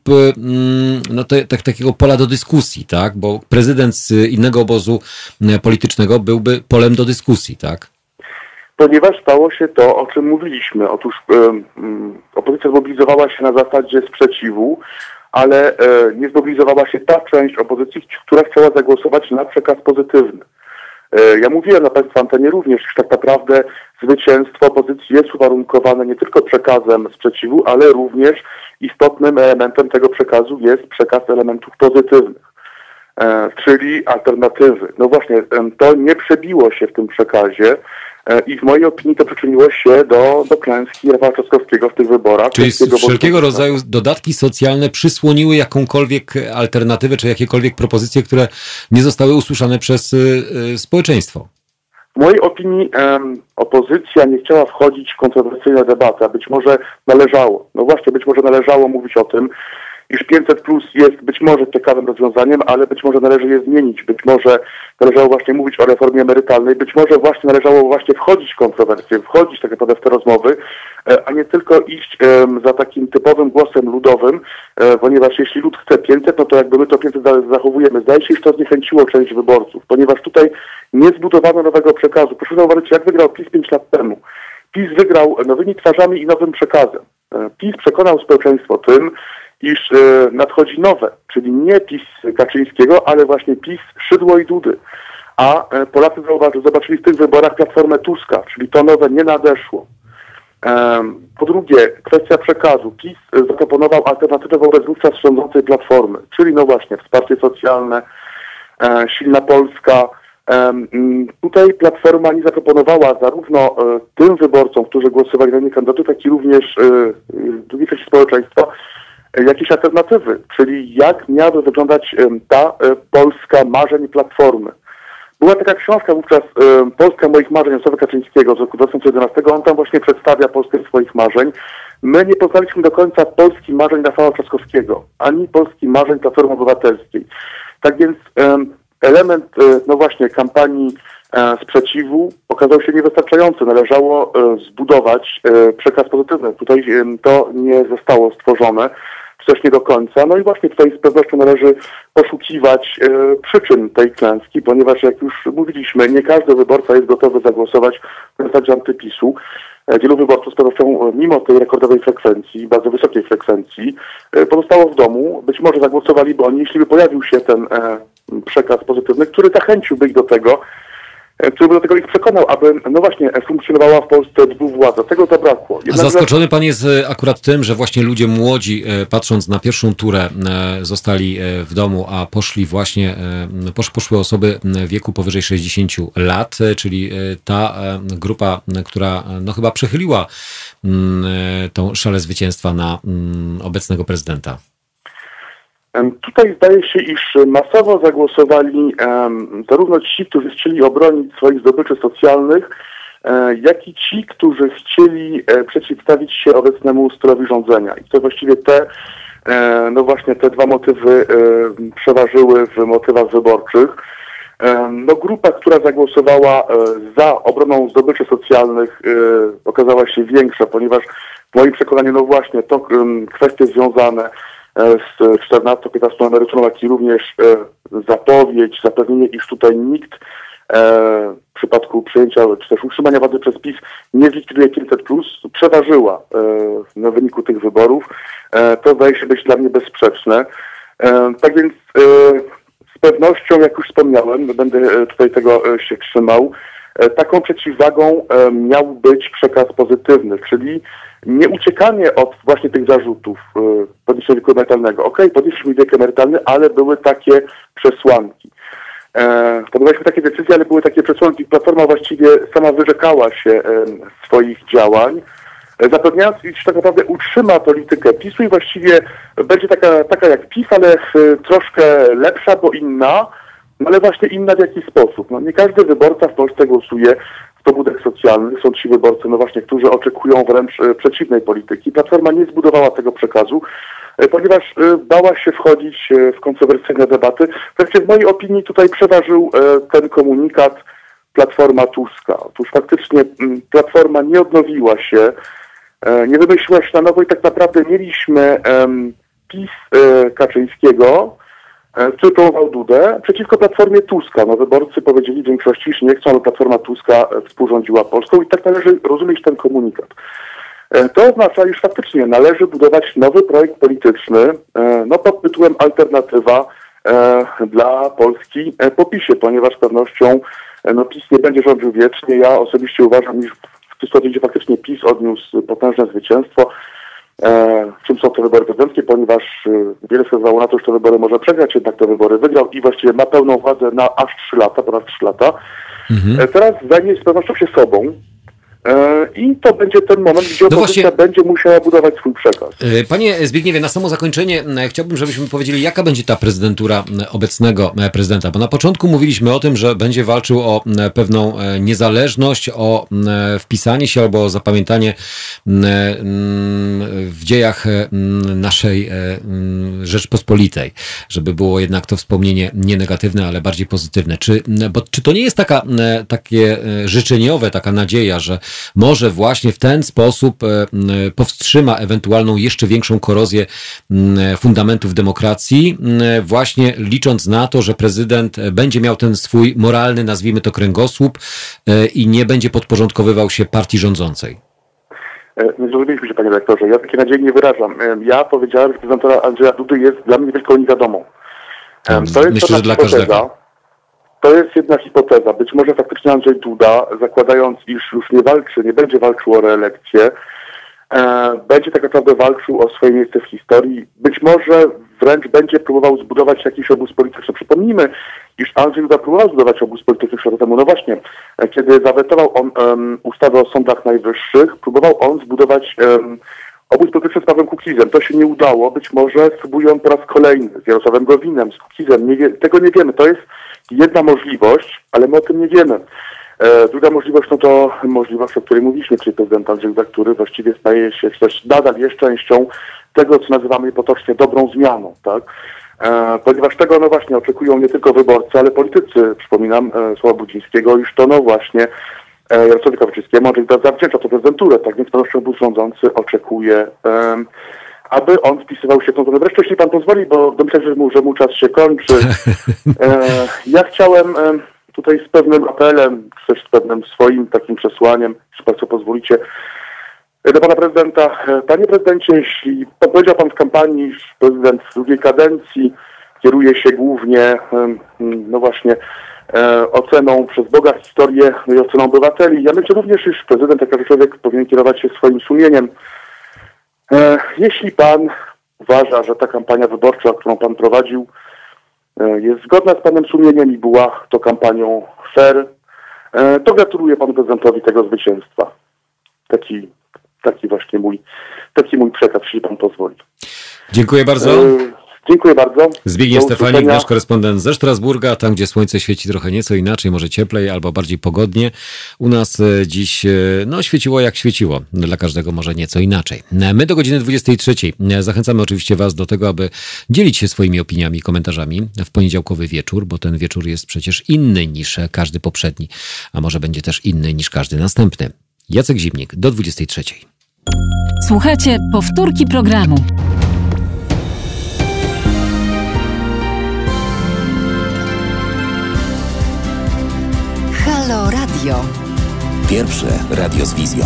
takiego pola do dyskusji, tak? Bo prezydent z innego obozu politycznego byłby polem do dyskusji, tak? Ponieważ stało się to, o czym mówiliśmy. Otóż opozycja zmobilizowała się na zasadzie sprzeciwu, ale nie zmobilizowała się ta część opozycji, która chciała zagłosować na przekaz pozytywny. Ja mówiłem na Państwa antenie również, że tak naprawdę zwycięstwo opozycji jest uwarunkowane nie tylko przekazem sprzeciwu, ale również istotnym elementem tego przekazu jest przekaz elementów pozytywnych. Czyli alternatywy. No właśnie, to nie przebiło się w tym przekazie i w mojej opinii to przyczyniło się do klęski Rafała Trzaskowskiego w tych wyborach. Czyli wszelkiego rodzaju dodatki socjalne przysłoniły jakąkolwiek alternatywę, czy jakiekolwiek propozycje, które nie zostały usłyszane przez społeczeństwo. W mojej opinii opozycja nie chciała wchodzić w kontrowersyjne debaty, a być może należało. No właśnie, być może należało mówić o tym, iż 500 plus jest być może ciekawym rozwiązaniem, ale być może należy je zmienić, być może należało właśnie mówić o reformie emerytalnej, być może właśnie należało właśnie wchodzić w kontrowersje, wchodzić tak naprawdę w te rozmowy, a nie tylko iść za takim typowym głosem ludowym, ponieważ jeśli lud chce 500, no to jakby my to 500 zachowujemy. Zdaje się, że to zniechęciło część wyborców, ponieważ tutaj nie zbudowano nowego przekazu. Proszę zauważyć, jak wygrał PiS 5 lat temu. PiS wygrał nowymi twarzami i nowym przekazem. PiS przekonał społeczeństwo tym, iż nadchodzi nowe, czyli nie PiS Kaczyńskiego, ale właśnie PiS Szydło i Dudy. A Polacy zobaczyli w tych wyborach Platformę Tuska, czyli to nowe nie nadeszło. Po drugie, kwestia przekazu. PiS zaproponował alternatywę wobec wówczas rządzącej Platformy, czyli no właśnie wsparcie socjalne, silna Polska. Tutaj Platforma nie zaproponowała zarówno tym wyborcom, którzy głosowali na innych kandydatów, jak i również drugiej części społeczeństwa, jakieś alternatywy, czyli jak miałaby wyglądać ta Polska marzeń Platformy. Była taka książka wówczas Polska moich marzeń Jarosława Kaczyńskiego z roku 2011. On tam właśnie przedstawia Polskę swoich marzeń. My nie poznaliśmy do końca Polski marzeń Rafała Trzaskowskiego, ani Polski marzeń Platformy Obywatelskiej. Tak więc element, no właśnie, kampanii sprzeciwu okazał się niewystarczający. Należało zbudować przekaz pozytywny. Tutaj to nie zostało stworzone, czy też nie do końca. No i właśnie tutaj z pewnością należy poszukiwać przyczyn tej klęski, ponieważ jak już mówiliśmy, nie każdy wyborca jest gotowy zagłosować na zasadzie antypisu. Wielu wyborców z pewnością mimo tej rekordowej frekwencji, bardzo wysokiej frekwencji, pozostało w domu. Być może zagłosowaliby oni, jeśli by pojawił się ten przekaz pozytywny, który zachęciłby ich do tego, który by do tego ich przekonał, aby, no właśnie, funkcjonowała w Polsce dwuwładza. Tego zabrakło. A zaskoczony pan jest akurat tym, że właśnie ludzie młodzi, patrząc na pierwszą turę, zostali w domu, a poszli właśnie, poszły osoby w wieku powyżej 60 lat, czyli ta grupa, która no chyba przechyliła tą szalę zwycięstwa na obecnego prezydenta. Tutaj zdaje się, iż masowo zagłosowali zarówno ci, którzy chcieli obronić swoich zdobyczy socjalnych, jak i ci, którzy chcieli przeciwstawić się obecnemu ustrojowi rządzenia. I to właściwie no właśnie te dwa motywy przeważyły w motywach wyborczych. No grupa, która zagłosowała za obroną zdobyczy socjalnych okazała się większa, ponieważ w moim przekonaniu, no właśnie, to kwestie związane z 14-15 emeryturą, jak i również zapowiedź, zapewnienie, iż tutaj nikt w przypadku przyjęcia czy też utrzymania władzy przez PiS nie zlikwiduje 500+, przeważyła na wyniku tych wyborów. To zdaje się być dla mnie bezsprzeczne. Tak więc z pewnością, jak już wspomniałem, będę tutaj tego się trzymał, taką przeciwwagą miał być przekaz pozytywny, czyli nie uciekanie od właśnie tych zarzutów podniesienia wieku emerytalnego. Okej, podnieśliśmy wiek emerytalny, ale były takie przesłanki. Podejmowaliśmy takie decyzje, ale były takie przesłanki. Platforma właściwie sama wyrzekała się swoich działań, zapewniając, iż tak naprawdę utrzyma politykę PiS-u i właściwie będzie taka jak PiS, ale troszkę lepsza, bo inna, ale właśnie inna w jaki sposób. No, nie każdy wyborca w Polsce głosuje z pobudek socjalnych. Są ci wyborcy, no właśnie, którzy oczekują wręcz przeciwnej polityki. Platforma nie zbudowała tego przekazu, ponieważ bała się wchodzić w kontrowersyjne debaty. Wreszcie w mojej opinii tutaj przeważył ten komunikat Platforma Tuska. Otóż faktycznie Platforma nie odnowiła się, nie wymyśliła się na nowo i tak naprawdę mieliśmy PiS Kaczyńskiego, który promował Dudę, przeciwko Platformie Tuska. No, wyborcy powiedzieli w większości, że nie chcą, aby Platforma Tuska współrządziła Polską i tak należy rozumieć ten komunikat. To oznacza, iż faktycznie należy budować nowy projekt polityczny, no pod tytułem Alternatywa dla Polski po PiS-ie, ponieważ z pewnością PiS nie będzie rządził wiecznie. Ja osobiście uważam, iż w tej sytuacji faktycznie PiS odniósł potężne zwycięstwo. Czym są te wybory prezydenckie, ponieważ wiele wskazywało na to, że te wybory może przegrać, jednak te wybory wygrał i właściwie ma pełną władzę na aż 3 lata, ponad 3 lata. Teraz zajmie z pewnością się sobą. I to będzie ten moment, gdzie opozycja będzie musiała budować swój przekaz. Panie Zbigniewie, na samo zakończenie chciałbym, żebyśmy powiedzieli, jaka będzie ta prezydentura obecnego prezydenta, bo na początku mówiliśmy o tym, że będzie walczył o pewną niezależność, o wpisanie się albo o zapamiętanie w dziejach naszej Rzeczpospolitej, żeby było jednak to wspomnienie nie negatywne, ale bardziej pozytywne. Czy to nie jest takie życzeniowe, taka nadzieja, że może właśnie w ten sposób powstrzyma ewentualną jeszcze większą korozję fundamentów demokracji, właśnie licząc na to, że prezydent będzie miał ten swój moralny, nazwijmy to, kręgosłup i nie będzie podporządkowywał się partii rządzącej? Nie zrozumieliśmy się, panie rektorze. Ja takie nadziei nie wyrażam. Ja powiedziałem, że prezydentura Andrzeja Dudy jest dla mnie wielką niewiadomą. To jest myślę, że dla każdego. To jest jedna hipoteza. Być może faktycznie Andrzej Duda, zakładając, iż już nie będzie walczył o reelekcję, będzie tak naprawdę walczył o swoje miejsce w historii. Być może wręcz będzie próbował zbudować jakiś obóz polityczny. Przypomnijmy, iż Andrzej Duda próbował zbudować obóz polityczny 3 lata temu. No właśnie, kiedy zawetował on ustawę o sądach najwyższych, próbował on zbudować obóz polityczny z Pawłem Kukizem. To się nie udało. Być może spróbuje on po raz kolejny z Jarosławem Gowinem, z Kukizem. Tego nie wiemy. To jest jedna możliwość, ale my o tym nie wiemy. Druga możliwość, no to możliwość, o której mówiliśmy, czyli prezydent Andrzej Duda, który właściwie staje się też nadal jest częścią tego, co nazywamy potocznie dobrą zmianą, tak? Ponieważ tego, no właśnie, oczekują nie tylko wyborcy, ale politycy. Przypominam słowa Brudzińskiego, iż to, no właśnie, Jarosławowi Kaczyńskiemu Andrzej Duda zawdzięcza to prezydenturę, tak? Więc pewnością obóz rządzący oczekuje, aby on wpisywał się w tą drogę. Wreszcie, jeśli pan pozwoli, bo domyślam się, że mu czas się kończy. Ja chciałem tutaj z pewnym apelem, czy też z pewnym swoim takim przesłaniem, jeśli państwo pozwolicie, do pana prezydenta. Panie prezydencie, jeśli powiedział pan w kampanii, że prezydent w drugiej kadencji kieruje się głównie, no właśnie, oceną przez Boga historię i oceną obywateli. Ja myślę również, iż prezydent, jak każdy człowiek, powinien kierować się swoim sumieniem. Jeśli pan uważa, że ta kampania wyborcza, którą pan prowadził, jest zgodna z panem sumieniem i była to kampanią fair, to gratuluję panu prezydentowi tego zwycięstwa. Taki właśnie mój przekaz, jeśli pan pozwoli. Dziękuję bardzo. Dziękuję bardzo. Zbigniew Stefanik, nasz korespondent ze Strasburga, tam gdzie słońce świeci trochę nieco inaczej, może cieplej albo bardziej pogodnie. U nas dziś świeciło jak świeciło, dla każdego może nieco inaczej. My do godziny 23. Zachęcamy oczywiście was do tego, aby dzielić się swoimi opiniami i komentarzami w poniedziałkowy wieczór, bo ten wieczór jest przecież inny niż każdy poprzedni, a może będzie też inny niż każdy następny. Jacek Zimnik do 23. Słuchajcie powtórki programu. Halo Radio. Pierwsze radio z wizją.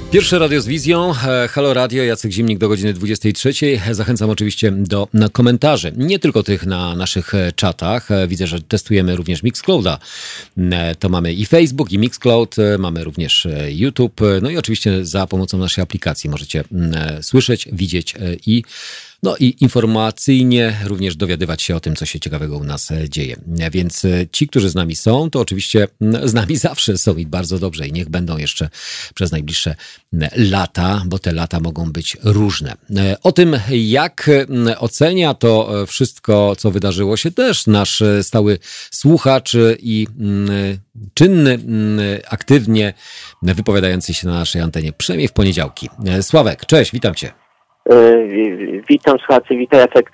Pierwsze radio z wizją, Halo Radio, Jacek Zimnik do godziny 23. Zachęcam oczywiście na komentarzy, nie tylko tych na naszych czatach. Widzę, że testujemy również Mixclouda. To mamy i Facebook, i Mixcloud, mamy również YouTube. No i oczywiście za pomocą naszej aplikacji możecie słyszeć, widzieć i informacyjnie również dowiadywać się o tym, co się ciekawego u nas dzieje. Więc ci, którzy z nami są, to oczywiście z nami zawsze są i bardzo dobrze i niech będą jeszcze przez najbliższe lata, bo te lata mogą być różne. O tym, jak ocenia to wszystko, co wydarzyło się, też nasz stały słuchacz i czynny, aktywnie wypowiadający się na naszej antenie, przynajmniej w poniedziałki. Sławek, cześć, witam Cię. Witam słuchaczy, witam Jacek.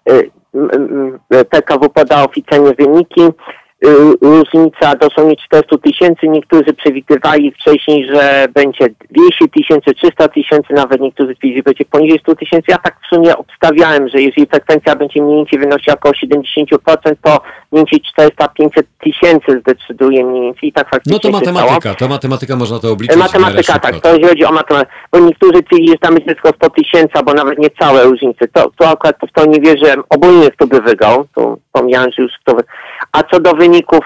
PKW poda oficjalnie wyniki. Różnica dosłownie 400 000. Niektórzy przewidywali wcześniej, że będzie 200 000, 300 000, nawet niektórzy twierdzili, że będzie poniżej 100 000. Ja tak w sumie obstawiałem, że jeżeli frekwencja będzie mniej więcej wynosiła około 70%, to mniej więcej 400-500 000 zdecyduje mniej więcej. I tak faktycznie no to matematyka można to obliczyć. Matematyka, tak, to chodzi o matematykę. Bo niektórzy twierdzili, że tam będzie tylko 100 000, bo nawet nie całe różnice. To akurat w to nie wierzę. Obojętnie kto by wygrał. To pomijałem, że już kto by... A co do wyników,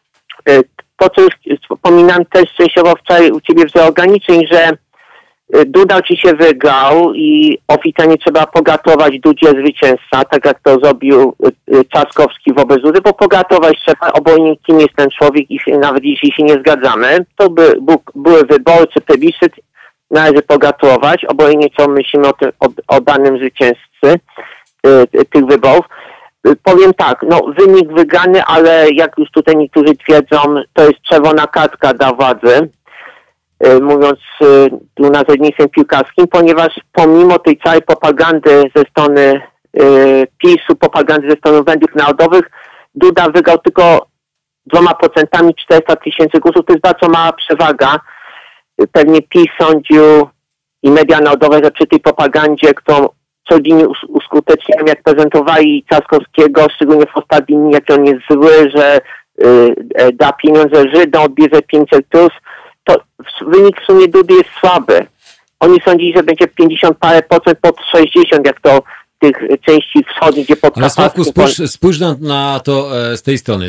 to co już wspominałem też częściowo wczoraj u Ciebie w zaograniczeń, że Duda oczywiście wygrał i oficjalnie trzeba pogratulować Dudzie zwycięzca, tak jak to zrobił Trzaskowski wobec Dudy, bo pogratulować trzeba, obojętnie kim jest ten człowiek i nawet jeśli się nie zgadzamy, to były wybory czy plebiscyt, należy pogratulować, obojętnie co myślimy o danym zwycięzcy tych wyborów. Powiem tak, wynik wygrany, ale jak już tutaj niektórzy twierdzą, to jest czerwona kartka dla władzy, mówiąc tu nazewnictwem piłkarskim, ponieważ pomimo tej całej propagandy ze strony PiS-u, propagandy ze strony mediów narodowych, Duda wygrał tylko 2%, 400 000 głosów, to jest bardzo mała przewaga. Pewnie PiS sądził i media narodowe, że przy tej propagandzie, którą codziennie uskuteczniają, jak prezentowali Trzaskowskiego, szczególnie w ostatnim dni, jak on jest zły, że da pieniądze Żydom, odbierze 500+, to wynik w sumie Dudy jest słaby. Oni sądzili, że będzie 50 parę procent pod 60, jak to tych części wschodnich, gdzie pod... Ale Sławku, spójrz na to z tej strony.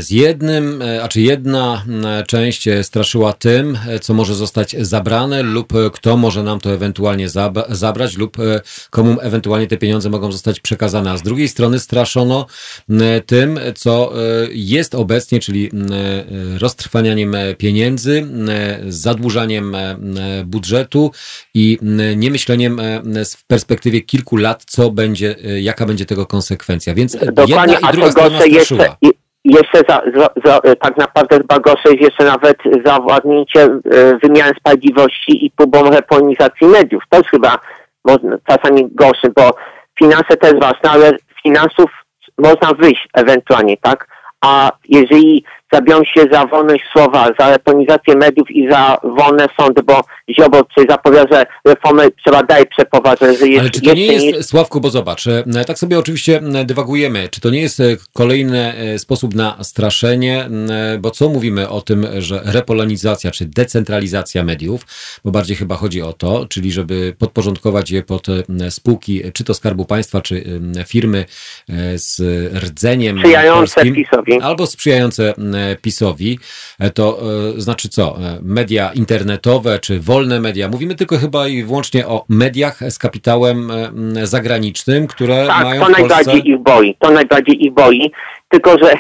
Jedna część straszyła tym, co może zostać zabrane lub kto może nam to ewentualnie zabrać lub komu ewentualnie te pieniądze mogą zostać przekazane. A z drugiej strony straszono tym, co jest obecnie, czyli roztrwanianiem pieniędzy, zadłużaniem budżetu i niemyśleniem w perspektywie kilku lat, co będzie, jaka będzie tego konsekwencja. Więc dokładnie, jedna i druga strona straszyła. Jeszcze tak naprawdę chyba gorsze jest jeszcze nawet zawładnięcie wymiaru sprawiedliwości i próbą repolonizacji mediów. To jest chyba czasami gorsze, bo finanse to jest ważne, ale z finansów można wyjść ewentualnie, tak? A jeżeli zabiorą się za wolność słowa, za repolonizację mediów i za wolne sądy, bo Ziobro coś zapowiada, że reformy trzeba dalej przeprowadzać. Ale czy to nie jest, Sławku, bo zobacz, tak sobie oczywiście dywagujemy, czy to nie jest kolejny sposób na straszenie, bo co mówimy o tym, że repolonizacja czy decentralizacja mediów, bo bardziej chyba chodzi o to, czyli żeby podporządkować je pod spółki, czy to Skarbu Państwa, czy firmy z rdzeniem sprzyjające PiS-owi. Albo sprzyjające PiS-owi, to znaczy co? Media internetowe czy wolne media? Mówimy tylko chyba i wyłącznie o mediach z kapitałem zagranicznym, które mają w Polsce... To najbardziej ich boi. Tylko że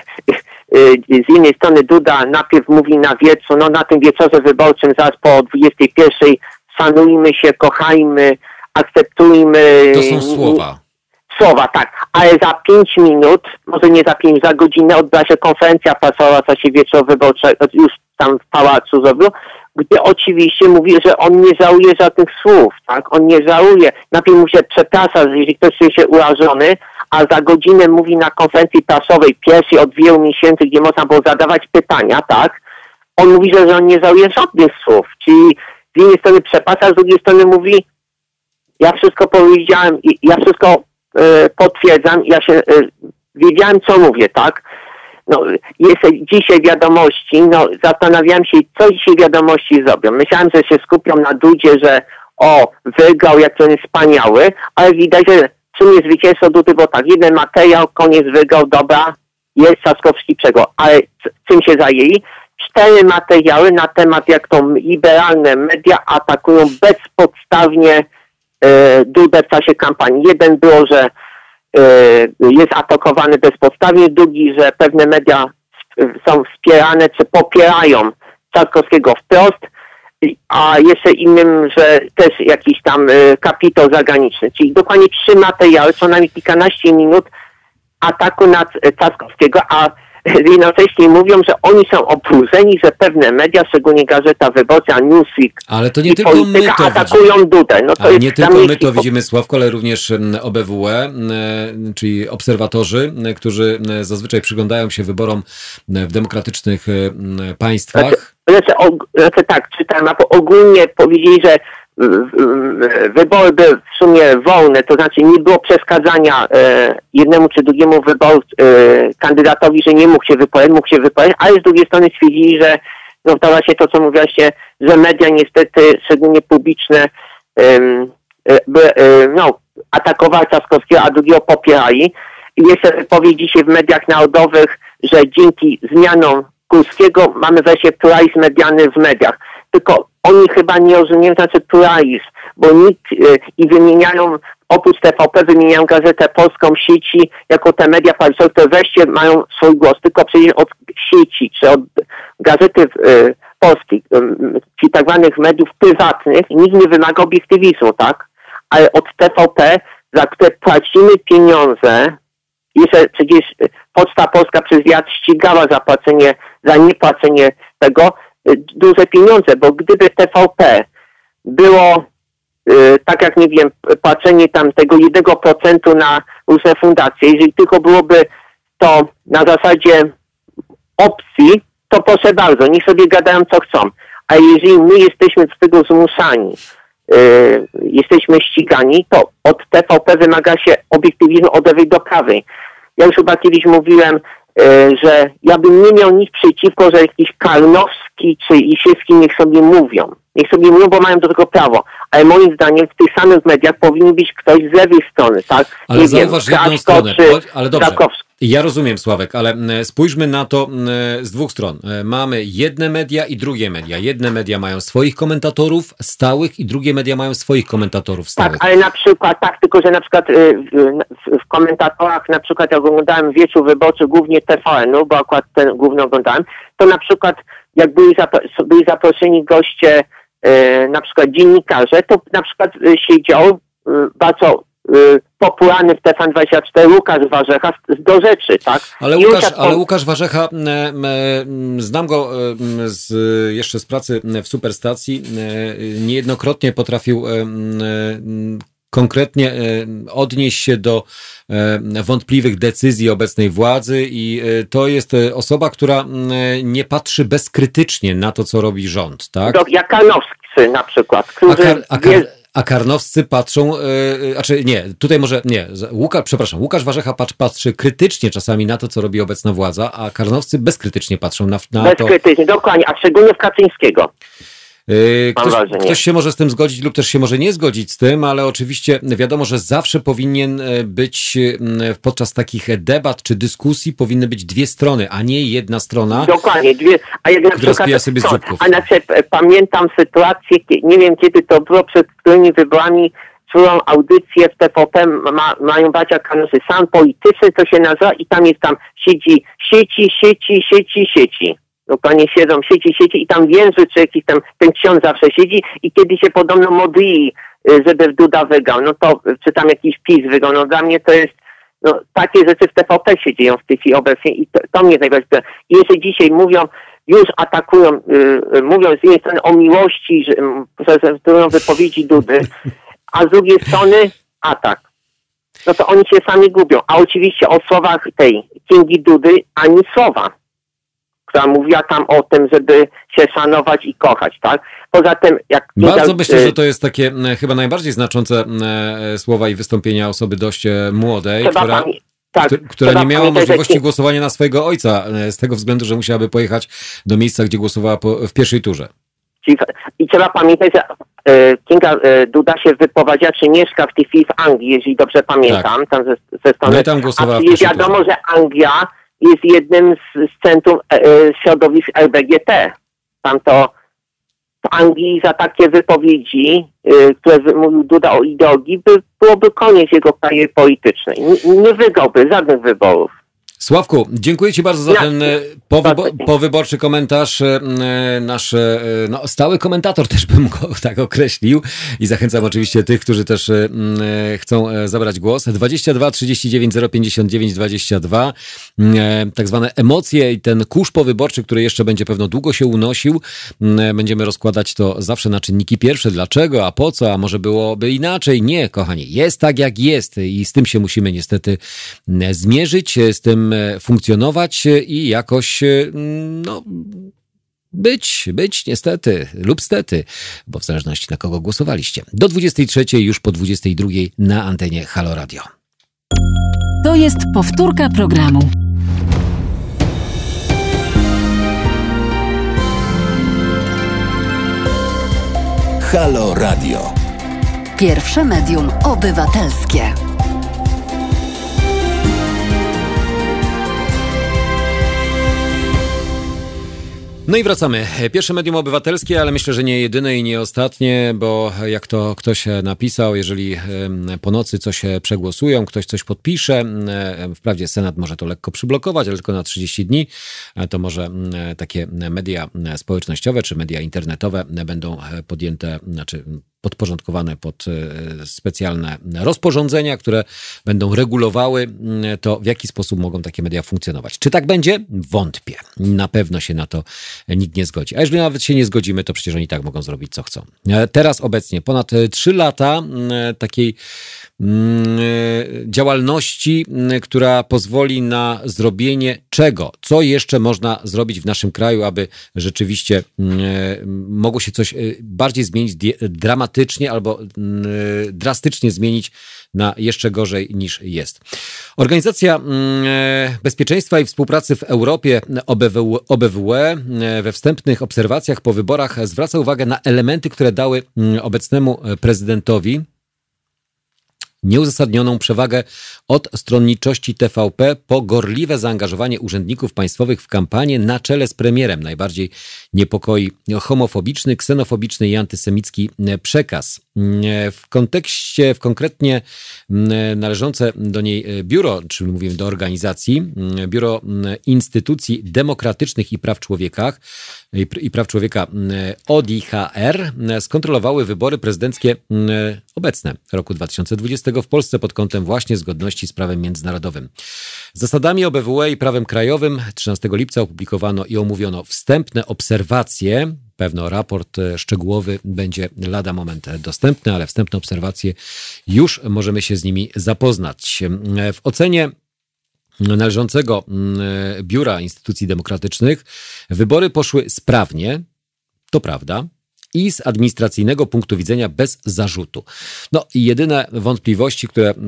z jednej strony Duda najpierw mówi na wiecu, na tym wieczorze wyborczym zaraz po 21:00 szanujmy się, kochajmy, akceptujmy... To są słowa. Słowa, tak, ale za 5 minut, może nie za 5, za godzinę odbyła się konferencja prasowa w czasie wieczoru wyborczego, już tam w pałacu zrobił, gdzie oczywiście mówi, że on nie żałuje żadnych słów, tak, on nie żałuje, najpierw mu się przeprasza, jeżeli ktoś czuje się urażony, a za godzinę mówi na konferencji prasowej, pierwszej od wielu miesięcy, gdzie można było zadawać pytania, tak, on mówi, że on nie żałuje żadnych słów, czyli z jednej strony przeprasza, z drugiej strony mówi, ja wszystko powiedziałem, ja wszystko potwierdzam, ja się wiedziałem, co mówię, tak? Jest dzisiaj wiadomości, zastanawiałem się, co dzisiaj wiadomości zrobią. Myślałem, że się skupią na Dudzie, że wygrał, jak on jest wspaniały, ale widać, że w sumie zwycięstwo Dudy, bo tak, jeden materiał, koniec wygrał, dobra, jest Trzaskowski przegrał, ale czym się zajęli? 4 materiały na temat, jak to liberalne media atakują bezpodstawnie Dudę w czasie kampanii. Jeden było, że jest atakowany bezpodstawnie, drugi, że pewne media są wspierane czy popierają Trzaskowskiego wprost, a jeszcze innym, że też jakiś tam kapitał zagraniczny. Czyli dokładnie 3 materiały, co najmniej kilkanaście minut ataku na Trzaskowskiego, a jednocześnie mówią, że oni są oburzeni, że pewne media, szczególnie Gazeta Wyborcza, Newsweek ale to nie i tylko my to atakują widzimy. Dudę. No to Ale jest nie tylko my to widzimy, Sławko, ale również OBWE, czyli obserwatorzy, którzy zazwyczaj przyglądają się wyborom w demokratycznych państwach. Znaczy tak, czytałem, a ogólnie powiedzieli, że wybory były w sumie wolne, to znaczy nie było przeszkadzania jednemu czy drugiemu kandydatowi, że nie mógł się wypowiedzieć, ale z drugiej strony stwierdzili, że no to właśnie to, co mówiłaście, że media niestety, szczególnie publiczne, atakowały Trzaskowskiego, a drugiego popierali. I jeszcze wypowiedź dzisiaj w mediach narodowych, że dzięki zmianom Kurskiego mamy wreszcie pluralizm medialny w mediach. Tylko oni chyba nie rozumieją, znaczy pluralizm, bo nikt i wymieniają, oprócz TVP wymieniają Gazetę Polską, sieci, jako te media państwowe, które wreszcie mają swój głos. Tylko przecież od sieci, czy od Gazety Polskiej, czyli tak zwanych mediów prywatnych, nikt nie wymaga obiektywizmu, tak? Ale od TVP, za które płacimy pieniądze, jeszcze przecież Poczta Polska przez wiatr ścigała za niepłacenie tego duże pieniądze, bo gdyby TVP było tak jak nie wiem, płacenie tam tego 1% na różne fundacje, jeżeli tylko byłoby to na zasadzie opcji, to proszę bardzo, niech sobie gadają co chcą. A jeżeli my jesteśmy do tego zmuszani, jesteśmy ścigani, to od TVP wymaga się obiektywizmu od lewej do prawej. Ja już chyba kiedyś mówiłem, że ja bym nie miał nic przeciwko, że jakiś Karnowski czy Isiewski niech sobie mówią, bo mają do tego prawo. Ale moim zdaniem w tych samych mediach powinien być ktoś z lewej strony, tak? Ale nie zauważ wiem, jedną stronę. Ale dobrze, Krakowski. ja rozumiem, Sławek, ale spójrzmy na to z dwóch stron. Mamy jedne media i drugie media. Jedne media mają swoich komentatorów stałych i drugie media mają swoich komentatorów stałych. Tak, ale na przykład, tak, tylko że na przykład w komentatorach, na przykład jak oglądałem wieczór wyborczy głównie TVN-u, bo akurat ten główny oglądałem, to na przykład jak byli zaproszeni goście, na przykład dziennikarze, to na przykład siedział bardzo popularny w TVN24 Łukasz Warzecha do rzeczy, tak? Ale Łukasz Warzecha, znam go jeszcze z pracy w Superstacji, niejednokrotnie potrafił konkretnie odnieść się do wątpliwych decyzji obecnej władzy i to jest osoba, która nie patrzy bezkrytycznie na to, co robi rząd, tak? Jak Karnowski na przykład, którzy... A Karnowscy patrzą, Łukasz Warzecha patrzy krytycznie czasami na to, co robi obecna władza, a Karnowscy bezkrytycznie patrzą na to. Bezkrytycznie, dokładnie, a szczególnie w Kaczyńskiego. Ktoś się może z tym zgodzić lub też się może nie zgodzić z tym, ale oczywiście wiadomo, że zawsze powinien być podczas takich debat czy dyskusji powinny być dwie strony, a nie jedna strona. Dokładnie, dwie. A jak na przykład spija sobie z dzióbków. Pamiętam sytuację, nie wiem kiedy to było, przed którymi wyborami swoją audycję w TVP mają bracia Karnowscy, sam polityczny to się nazywa i tam siedzi sieci. No panie siedzą, sieci i tam więzy, czy jakiś tam ten ksiądz zawsze siedzi i kiedy się podobno modlili, żeby Duda wygrał, no to czy tam jakiś PiS wygrał, no dla mnie to jest, no takie rzeczy w TVP się dzieją w tej chwili obecnie i to mnie najbardziej. I jeszcze dzisiaj już atakują, mówią z jednej strony o miłości, że prezentują wypowiedzi Dudy, a z drugiej strony atak. No to oni się sami gubią, a oczywiście o słowach tej Kingi Dudy ani słowa, która mówiła tam o tym, żeby się szanować i kochać, tak? Poza tym, Bardzo myślę, że to jest takie chyba najbardziej znaczące słowa i wystąpienia osoby dość młodej, która nie miała możliwości głosowania na swojego ojca, z tego względu, że musiałaby pojechać do miejsca, gdzie głosowała w pierwszej turze. I trzeba pamiętać, że Kinga Duda się wyprowadziła, czy mieszka w tej chwili w Anglii, jeżeli dobrze pamiętam, tam ze strony. No i tam głosowała a wiadomo, że Anglia jest jednym z centrum środowisk LBGT. Tam to w Anglii za takie wypowiedzi, które mówił Duda o ideologii, byłoby koniec jego kariery politycznej. Nie wygrałby żadnych wyborów. Sławku, dziękuję Ci bardzo za ten powyborczy komentarz. Nasz stały komentator też bym go tak określił i zachęcam oczywiście tych, którzy też chcą zabrać głos. 22 39 059 22. Tak zwane emocje i ten kurz powyborczy, który jeszcze będzie pewno długo się unosił. Będziemy rozkładać to zawsze na czynniki pierwsze. Dlaczego, a po co, a może byłoby inaczej? Nie, kochani, jest tak jak jest i z tym się musimy niestety zmierzyć, z tym funkcjonować i jakoś być niestety lub stety, bo w zależności na kogo głosowaliście. Do 23, już po 22 na antenie Halo Radio. To jest powtórka programu. Halo Radio. Pierwsze medium obywatelskie. No i wracamy. Pierwsze medium obywatelskie, ale myślę, że nie jedyne i nie ostatnie, bo jak to ktoś napisał, jeżeli po nocy coś przegłosują, ktoś coś podpisze, wprawdzie Senat może to lekko przyblokować, ale tylko na 30 dni, to może takie media społecznościowe czy media internetowe będą podjęte, podporządkowane pod specjalne rozporządzenia, które będą regulowały to, w jaki sposób mogą takie media funkcjonować. Czy tak będzie? Wątpię. Na pewno się na to nikt nie zgodzi. A jeżeli nawet się nie zgodzimy, to przecież oni tak mogą zrobić, co chcą. Teraz obecnie ponad 3 lata takiej działalności, która pozwoli na zrobienie czego? Co jeszcze można zrobić w naszym kraju, aby rzeczywiście mogło się coś bardziej zmienić dramatycznie albo drastycznie zmienić na jeszcze gorzej niż jest. Organizacja Bezpieczeństwa i Współpracy w Europie, OBWE, we wstępnych obserwacjach po wyborach zwraca uwagę na elementy, które dały obecnemu prezydentowi nieuzasadnioną przewagę od stronniczości TVP po gorliwe zaangażowanie urzędników państwowych w kampanię na czele z premierem. Najbardziej niepokoi homofobiczny, ksenofobiczny i antysemicki przekaz. W kontekście, konkretnie należące do niej biuro, czyli mówimy do organizacji, Biuro Instytucji Demokratycznych i Praw Człowieka ODIHR skontrolowały wybory prezydenckie obecne roku 2020 w Polsce pod kątem właśnie zgodności z prawem międzynarodowym. Zasadami OBWE i prawem krajowym 13 lipca opublikowano i omówiono wstępne obserwacje. Pewno raport szczegółowy będzie lada moment dostępny, ale wstępne obserwacje już możemy się z nimi zapoznać. W ocenie należącego Biura Instytucji Demokratycznych wybory poszły sprawnie, to prawda, i z administracyjnego punktu widzenia bez zarzutu. No i jedyne wątpliwości,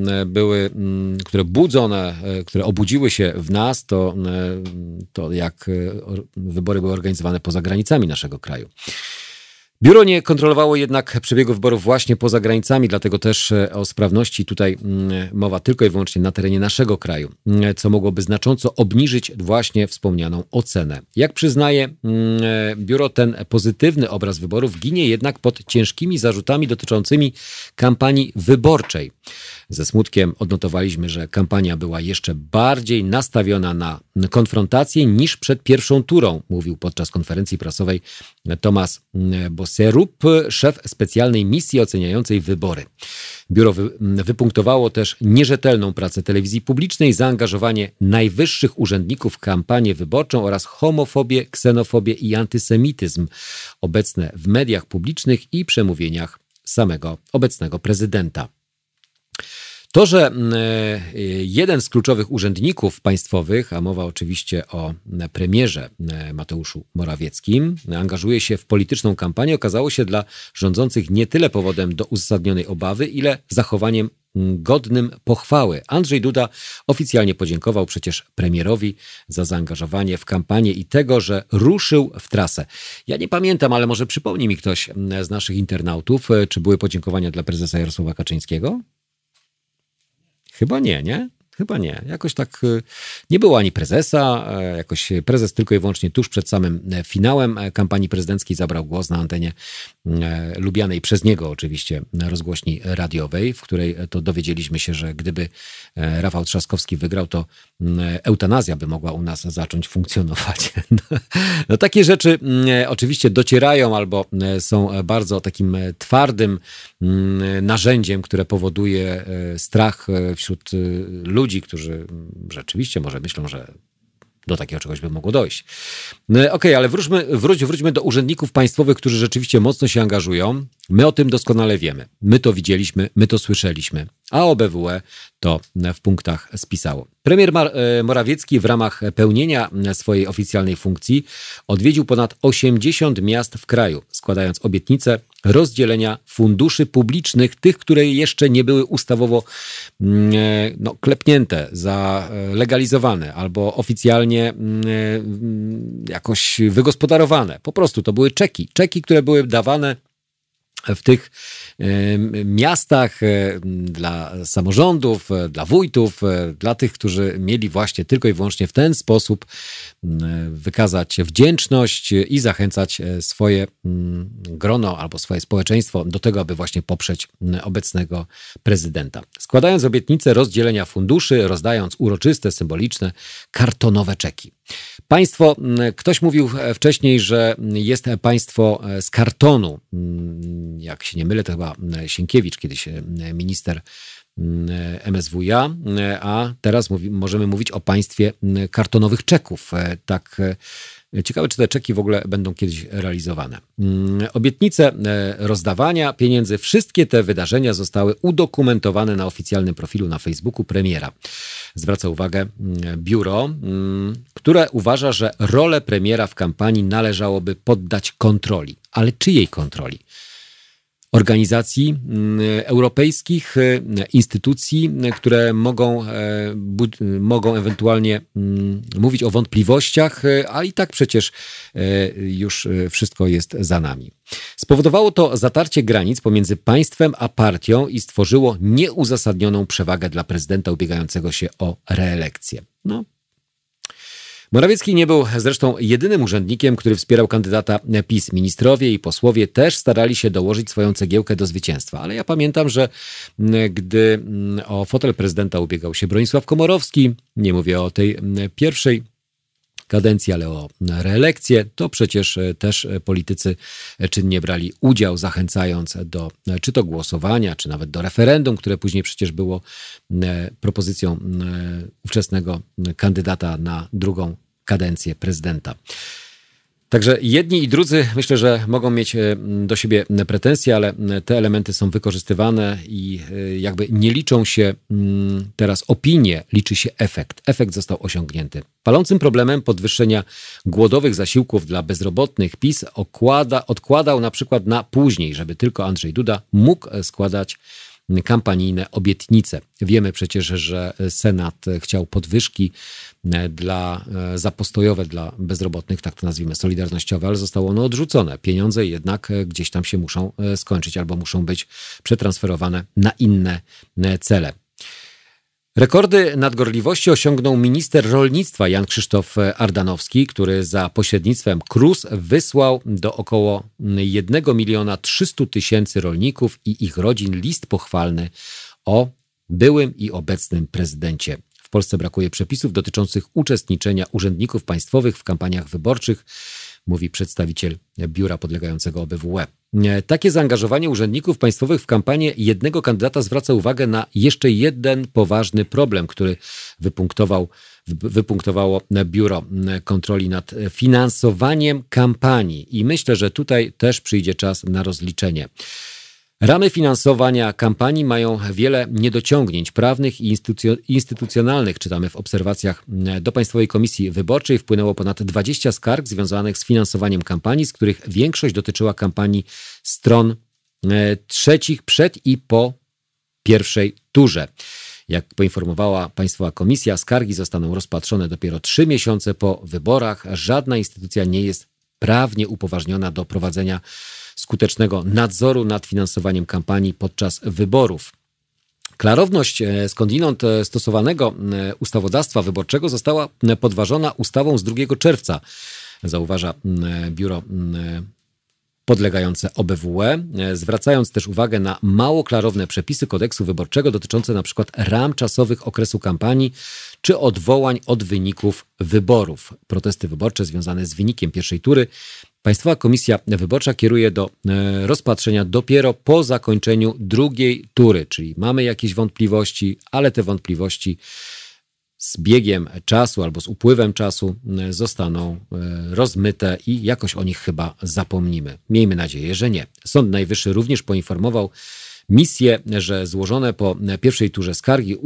które obudziły się w nas, to jak wybory były organizowane poza granicami naszego kraju. Biuro nie kontrolowało jednak przebiegu wyborów właśnie poza granicami, dlatego też o sprawności tutaj mowa tylko i wyłącznie na terenie naszego kraju, co mogłoby znacząco obniżyć właśnie wspomnianą ocenę. Jak przyznaje biuro, ten pozytywny obraz wyborów ginie jednak pod ciężkimi zarzutami dotyczącymi kampanii wyborczej. Ze smutkiem odnotowaliśmy, że kampania była jeszcze bardziej nastawiona na konfrontację niż przed pierwszą turą, mówił podczas konferencji prasowej Tomasz Boserup, szef specjalnej misji oceniającej wybory. Biuro wypunktowało też nierzetelną pracę telewizji publicznej, zaangażowanie najwyższych urzędników w kampanię wyborczą oraz homofobię, ksenofobię i antysemityzm obecne w mediach publicznych i przemówieniach samego obecnego prezydenta. To, że jeden z kluczowych urzędników państwowych, a mowa oczywiście o premierze Mateuszu Morawieckim, angażuje się w polityczną kampanię, okazało się dla rządzących nie tyle powodem do uzasadnionej obawy, ile zachowaniem godnym pochwały. Andrzej Duda oficjalnie podziękował przecież premierowi za zaangażowanie w kampanię i tego, że ruszył w trasę. Ja nie pamiętam, ale może przypomni mi ktoś z naszych internautów, czy były podziękowania dla prezesa Jarosława Kaczyńskiego? Chyba nie? Chyba nie. Jakoś tak nie było ani prezesa, jakoś prezes tylko i wyłącznie tuż przed samym finałem kampanii prezydenckiej zabrał głos na antenie lubianej przez niego oczywiście rozgłośni radiowej, w której to dowiedzieliśmy się, że gdyby Rafał Trzaskowski wygrał, to eutanazja by mogła u nas zacząć funkcjonować. No, takie rzeczy oczywiście docierają albo są bardzo takim twardym narzędziem, które powoduje strach wśród ludzi, którzy rzeczywiście może myślą, że do takiego czegoś by mogło dojść. Okej, ale wróćmy do urzędników państwowych, którzy rzeczywiście mocno się angażują. My o tym doskonale wiemy. My to widzieliśmy, my to słyszeliśmy, a OBWE to w punktach spisało. Premier Morawiecki w ramach pełnienia swojej oficjalnej funkcji odwiedził ponad 80 miast w kraju, składając obietnicę rozdzielenia funduszy publicznych, tych, które jeszcze nie były ustawowo klepnięte, zalegalizowane albo oficjalnie jakoś wygospodarowane. Po prostu to były czeki, które były dawane w tych miastach dla samorządów, dla wójtów, dla tych, którzy mieli właśnie tylko i wyłącznie w ten sposób wykazać wdzięczność i zachęcać swoje grono albo swoje społeczeństwo do tego, aby właśnie poprzeć obecnego prezydenta. Składając obietnicę rozdzielenia funduszy, rozdając uroczyste, symboliczne, kartonowe czeki. Państwo, ktoś mówił wcześniej, że jest państwo z kartonu. Jak się nie mylę, to chyba Sienkiewicz, kiedyś minister MSWiA, a teraz możemy mówić o państwie kartonowych czeków. Tak, ciekawe, czy te czeki w ogóle będą kiedyś realizowane. Obietnice rozdawania pieniędzy, wszystkie te wydarzenia zostały udokumentowane na oficjalnym profilu na Facebooku premiera. Zwraca uwagę biuro, które uważa, że rolę premiera w kampanii należałoby poddać kontroli. Ale czyjej kontroli? Organizacji europejskich, instytucji, które mogą ewentualnie mówić o wątpliwościach, a i tak przecież już wszystko jest za nami. Spowodowało to zatarcie granic pomiędzy państwem a partią i stworzyło nieuzasadnioną przewagę dla prezydenta ubiegającego się o reelekcję. Morawiecki nie był zresztą jedynym urzędnikiem, który wspierał kandydata PiS. Ministrowie i posłowie też starali się dołożyć swoją cegiełkę do zwycięstwa. Ale ja pamiętam, że gdy o fotel prezydenta ubiegał się Bronisław Komorowski, nie mówię o tej pierwszej kadencji, ale o reelekcję, to przecież też politycy czynnie brali udział, zachęcając do czy to głosowania, czy nawet do referendum, które później przecież było propozycją ówczesnego kandydata na drugą kadencję prezydenta. Także jedni i drudzy myślę, że mogą mieć do siebie pretensje, ale te elementy są wykorzystywane i jakby nie liczą się teraz opinie, liczy się efekt. Efekt został osiągnięty. Palącym problemem podwyższenia głodowych zasiłków dla bezrobotnych PiS odkładał na przykład na później, żeby tylko Andrzej Duda mógł składać kampanijne obietnice. Wiemy przecież, że Senat chciał podwyżki zapostojowe dla bezrobotnych, tak to nazwijmy, solidarnościowe, ale zostało ono odrzucone. Pieniądze jednak gdzieś tam się muszą skończyć albo muszą być przetransferowane na inne cele. Rekordy nadgorliwości osiągnął minister rolnictwa Jan Krzysztof Ardanowski, który za pośrednictwem KRUS wysłał do około 1 300 000 rolników i ich rodzin list pochwalny o byłym i obecnym prezydencie. W Polsce brakuje przepisów dotyczących uczestniczenia urzędników państwowych w kampaniach wyborczych, mówi przedstawiciel biura podlegającego OBWE. Takie zaangażowanie urzędników państwowych w kampanię jednego kandydata zwraca uwagę na jeszcze jeden poważny problem, który wypunktowało Biuro Kontroli nad finansowaniem kampanii. I myślę, że tutaj też przyjdzie czas na rozliczenie. Ramy finansowania kampanii mają wiele niedociągnięć prawnych i instytucjonalnych. Czytamy w obserwacjach do Państwowej Komisji Wyborczej. Wpłynęło ponad 20 skarg związanych z finansowaniem kampanii, z których większość dotyczyła kampanii stron trzecich przed i po pierwszej turze. Jak poinformowała Państwowa Komisja, skargi zostaną rozpatrzone dopiero 3 miesiące po wyborach. Żadna instytucja nie jest prawnie upoważniona do prowadzenia skutecznego nadzoru nad finansowaniem kampanii podczas wyborów. Klarowność skądinąd stosowanego ustawodawstwa wyborczego została podważona ustawą z 2 czerwca, zauważa biuro podlegające OBWE, zwracając też uwagę na mało klarowne przepisy kodeksu wyborczego dotyczące np. ram czasowych okresu kampanii czy odwołań od wyników wyborów. Protesty wyborcze związane z wynikiem pierwszej tury Państwowa Komisja Wyborcza kieruje do rozpatrzenia dopiero po zakończeniu drugiej tury, czyli mamy jakieś wątpliwości, ale te wątpliwości z biegiem czasu albo z upływem czasu zostaną rozmyte i jakoś o nich chyba zapomnimy. Miejmy nadzieję, że nie. Sąd Najwyższy również poinformował misję, że złożone po pierwszej turze skargi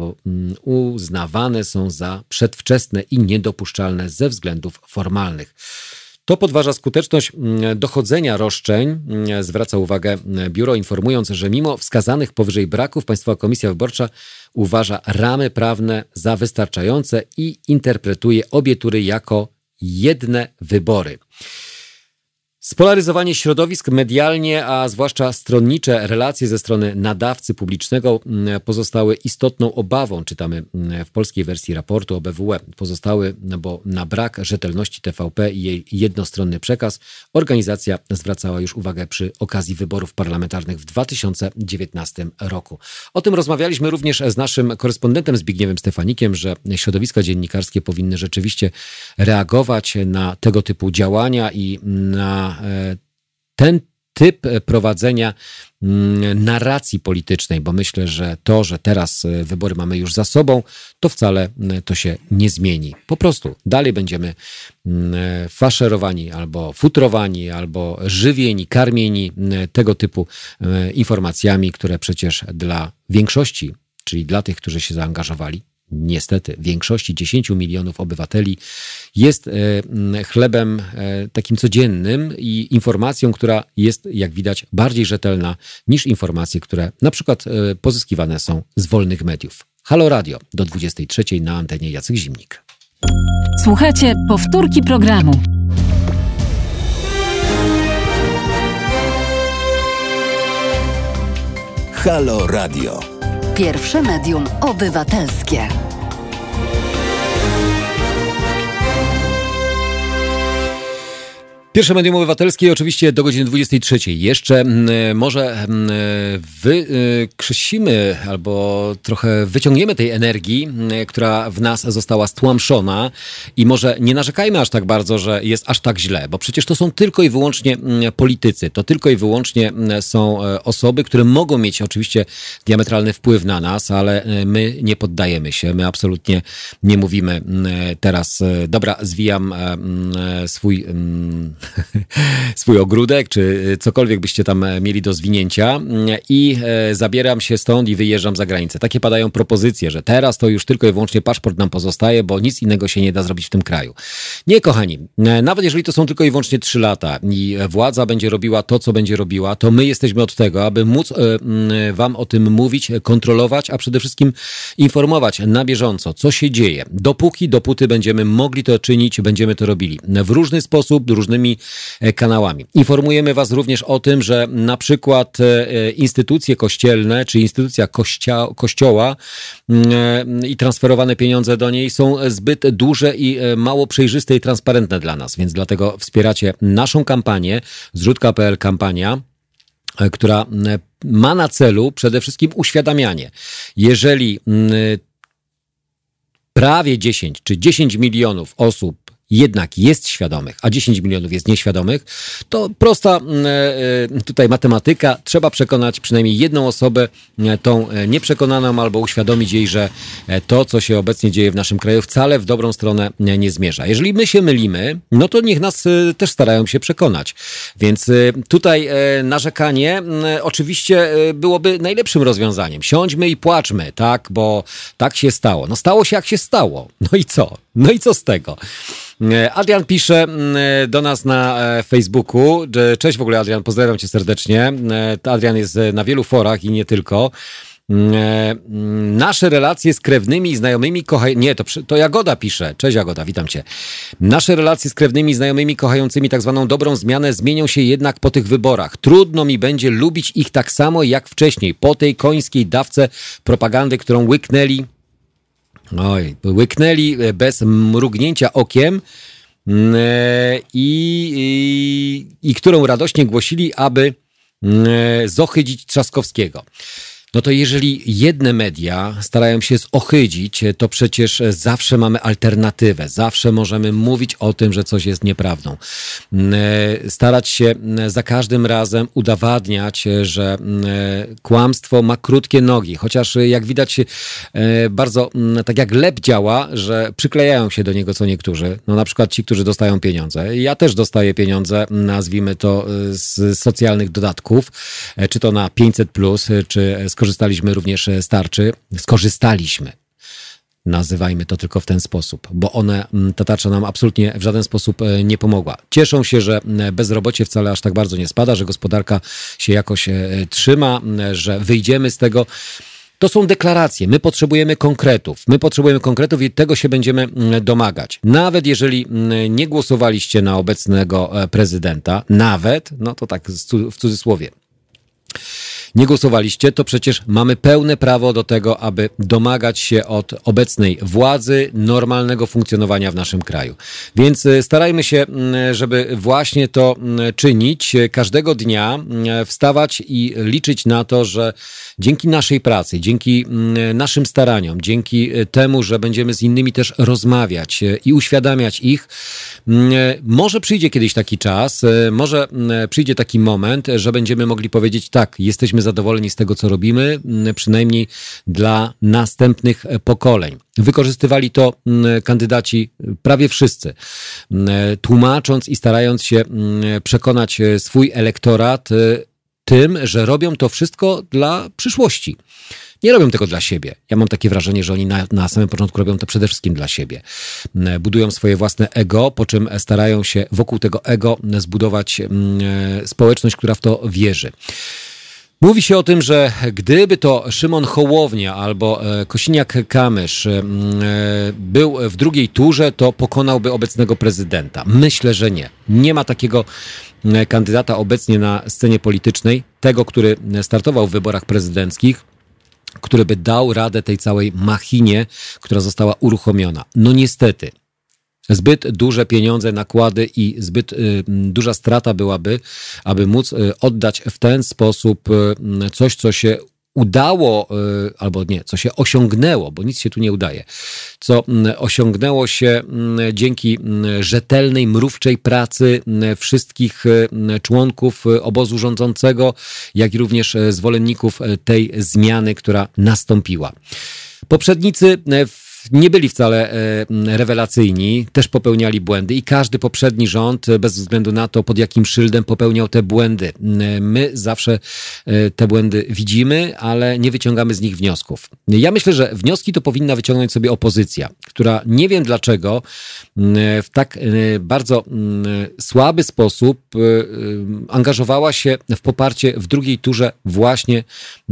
uznawane są za przedwczesne i niedopuszczalne ze względów formalnych. To podważa skuteczność dochodzenia roszczeń, zwraca uwagę biuro, informując, że mimo wskazanych powyżej braków Państwowa Komisja Wyborcza uważa ramy prawne za wystarczające i interpretuje obie tury jako jedne wybory. Spolaryzowanie środowisk medialnie, a zwłaszcza stronnicze relacje ze strony nadawcy publicznego pozostały istotną obawą, czytamy w polskiej wersji raportu OBWE. Pozostały, bo na brak rzetelności TVP i jej jednostronny przekaz organizacja zwracała już uwagę przy okazji wyborów parlamentarnych w 2019 roku. O tym rozmawialiśmy również z naszym korespondentem Zbigniewem Stefanikiem, że środowiska dziennikarskie powinny rzeczywiście reagować na tego typu działania i na ten typ prowadzenia narracji politycznej, bo myślę, że to, że teraz wybory mamy już za sobą, to wcale to się nie zmieni. Po prostu dalej będziemy faszerowani albo futrowani, albo żywieni, karmieni tego typu informacjami, które przecież dla większości, czyli dla tych, którzy się zaangażowali, niestety większości 10 milionów obywateli jest chlebem takim codziennym i informacją, która jest, jak widać, bardziej rzetelna niż informacje, które na przykład pozyskiwane są z wolnych mediów. Halo Radio do 23 na antenie Jacek Zimnik. Słuchajcie powtórki programu. Halo Radio. Pierwsze medium obywatelskie. Pierwsze medium obywatelskie oczywiście do godziny 23. Jeszcze może wykrzesimy albo trochę wyciągniemy tej energii, która w nas została stłamszona i może nie narzekajmy aż tak bardzo, że jest aż tak źle, bo przecież to są tylko i wyłącznie politycy, to tylko i wyłącznie są osoby, które mogą mieć oczywiście diametralny wpływ na nas, ale my nie poddajemy się, my absolutnie nie mówimy teraz, dobra, zwijam swój ogródek, czy cokolwiek byście tam mieli do zwinięcia i zabieram się stąd i wyjeżdżam za granicę. Takie padają propozycje, że teraz to już tylko i wyłącznie paszport nam pozostaje, bo nic innego się nie da zrobić w tym kraju. Nie, kochani, nawet jeżeli to są tylko i wyłącznie 3 lata i władza będzie robiła to, co będzie robiła, to my jesteśmy od tego, aby móc wam o tym mówić, kontrolować, a przede wszystkim informować na bieżąco, co się dzieje. Dopóty będziemy mogli to czynić, będziemy to robili w różny sposób, różnymi kanałami. Informujemy was również o tym, że na przykład instytucje kościelne, czy instytucja kościoła i transferowane pieniądze do niej są zbyt duże i mało przejrzyste i transparentne dla nas, więc dlatego wspieracie naszą kampanię, zrzutka.pl kampania, która ma na celu przede wszystkim uświadamianie. Jeżeli prawie 10 milionów osób jednak jest świadomych, a 10 milionów jest nieświadomych, to prosta tutaj matematyka. Trzeba przekonać przynajmniej jedną osobę, tą nieprzekonaną, albo uświadomić jej, że to, co się obecnie dzieje w naszym kraju, wcale w dobrą stronę nie zmierza. Jeżeli my się mylimy, no to niech nas też starają się przekonać. Więc tutaj narzekanie oczywiście byłoby najlepszym rozwiązaniem. Siądźmy i płaczmy, tak, bo tak się stało. No stało się jak się stało. No i co? No i co z tego? Adrian pisze do nas na Facebooku. Cześć w ogóle, Adrian, pozdrawiam cię serdecznie. Adrian jest na wielu forach i nie tylko. Nasze relacje z krewnymi i znajomymi Nie, to Jagoda pisze. Cześć Jagoda, witam cię. Nasze relacje z krewnymi i znajomymi kochającymi tak zwaną dobrą zmianę zmienią się jednak po tych wyborach. Trudno mi będzie lubić ich tak samo jak wcześniej, po tej końskiej dawce propagandy, którą łyknęli bez mrugnięcia okiem i którą radośnie głosili, aby zohydzić Trzaskowskiego. No to jeżeli jedne media starają się zohydzić, to przecież zawsze mamy alternatywę. Zawsze możemy mówić o tym, że coś jest nieprawdą. Starać się za każdym razem udowadniać, że kłamstwo ma krótkie nogi. Chociaż jak widać bardzo, tak jak lep działa, że przyklejają się do niego co niektórzy. No na przykład ci, którzy dostają pieniądze. Ja też dostaję pieniądze, nazwijmy to z socjalnych dodatków, czy to na 500+, czy skorzystaliśmy również z tarczy. Skorzystaliśmy. Nazywajmy to tylko w ten sposób, bo ta tarcza nam absolutnie w żaden sposób nie pomogła. Cieszą się, że bezrobocie wcale aż tak bardzo nie spada, że gospodarka się jakoś trzyma, że wyjdziemy z tego. To są deklaracje. My potrzebujemy konkretów. I tego się będziemy domagać. Nawet jeżeli nie głosowaliście na obecnego prezydenta, no to tak w cudzysłowie, nie głosowaliście, to przecież mamy pełne prawo do tego, aby domagać się od obecnej władzy normalnego funkcjonowania w naszym kraju. Więc starajmy się, żeby właśnie to czynić, każdego dnia wstawać i liczyć na to, że dzięki naszej pracy, dzięki naszym staraniom, dzięki temu, że będziemy z innymi też rozmawiać i uświadamiać ich, może przyjdzie kiedyś taki czas, może przyjdzie taki moment, że będziemy mogli powiedzieć tak, jesteśmy zadowoleni z tego, co robimy, przynajmniej dla następnych pokoleń. Wykorzystywali to kandydaci prawie wszyscy, tłumacząc i starając się przekonać swój elektorat tym, że robią to wszystko dla przyszłości. Nie robią tego dla siebie. Ja mam takie wrażenie, że oni na samym początku robią to przede wszystkim dla siebie. Budują swoje własne ego, po czym starają się wokół tego ego zbudować społeczność, która w to wierzy. Mówi się o tym, że gdyby to Szymon Hołownia albo Kosiniak-Kamysz był w drugiej turze, to pokonałby obecnego prezydenta. Myślę, że nie. Nie ma takiego kandydata obecnie na scenie politycznej, tego, który startował w wyborach prezydenckich, który by dał radę tej całej machinie, która została uruchomiona. No niestety. Zbyt duże pieniądze, nakłady i zbyt duża strata byłaby, aby móc oddać w ten sposób coś, co się udało, albo nie, co się osiągnęło, bo nic się tu nie udaje, co osiągnęło się dzięki rzetelnej, mrówczej pracy wszystkich członków obozu rządzącego, jak i również zwolenników tej zmiany, która nastąpiła. Poprzednicy nie byli wcale rewelacyjni, też popełniali błędy i każdy poprzedni rząd, bez względu na to, pod jakim szyldem popełniał te błędy. My zawsze te błędy widzimy, ale nie wyciągamy z nich wniosków. Ja myślę, że wnioski to powinna wyciągnąć sobie opozycja, która nie wiem dlaczego w tak bardzo słaby sposób angażowała się w poparcie w drugiej turze właśnie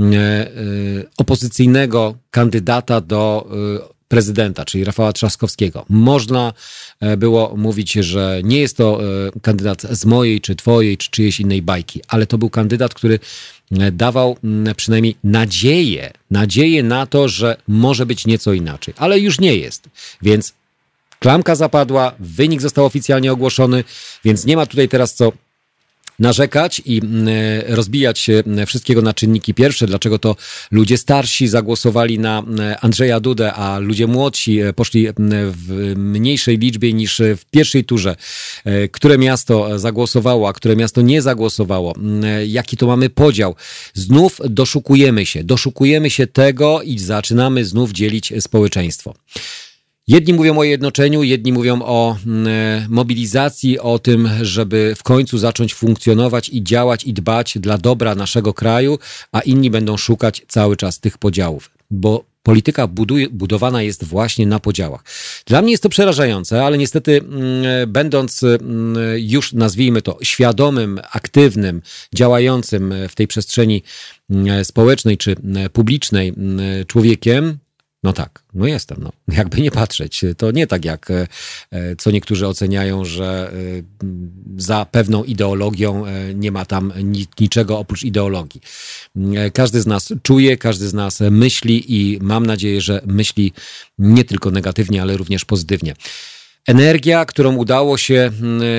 opozycyjnego kandydata do prezydenta, czyli Rafała Trzaskowskiego. Można było mówić, że nie jest to kandydat z mojej, czy twojej, czy czyjejś innej bajki, ale to był kandydat, który dawał przynajmniej nadzieję na to, że może być nieco inaczej, ale już nie jest. Więc klamka zapadła, wynik został oficjalnie ogłoszony, więc nie ma tutaj teraz co narzekać i rozbijać wszystkiego na czynniki pierwsze, dlaczego to ludzie starsi zagłosowali na Andrzeja Dudę, a ludzie młodsi poszli w mniejszej liczbie niż w pierwszej turze. Które miasto zagłosowało, a które miasto nie zagłosowało. Jaki to mamy podział. Znów doszukujemy się tego i zaczynamy znów dzielić społeczeństwo. Jedni mówią o jednoczeniu, jedni mówią o mobilizacji, o tym, żeby w końcu zacząć funkcjonować i działać i dbać dla dobra naszego kraju, a inni będą szukać cały czas tych podziałów. Bo polityka budowana jest właśnie na podziałach. Dla mnie jest to przerażające, ale niestety będąc już, nazwijmy to, świadomym, aktywnym, działającym w tej przestrzeni społecznej czy publicznej człowiekiem, no tak, no jestem, no. Jakby nie patrzeć. To nie tak jak co niektórzy oceniają, że za pewną ideologią nie ma tam niczego oprócz ideologii. Każdy z nas czuje, każdy z nas myśli i mam nadzieję, że myśli nie tylko negatywnie, ale również pozytywnie. Energia, którą udało się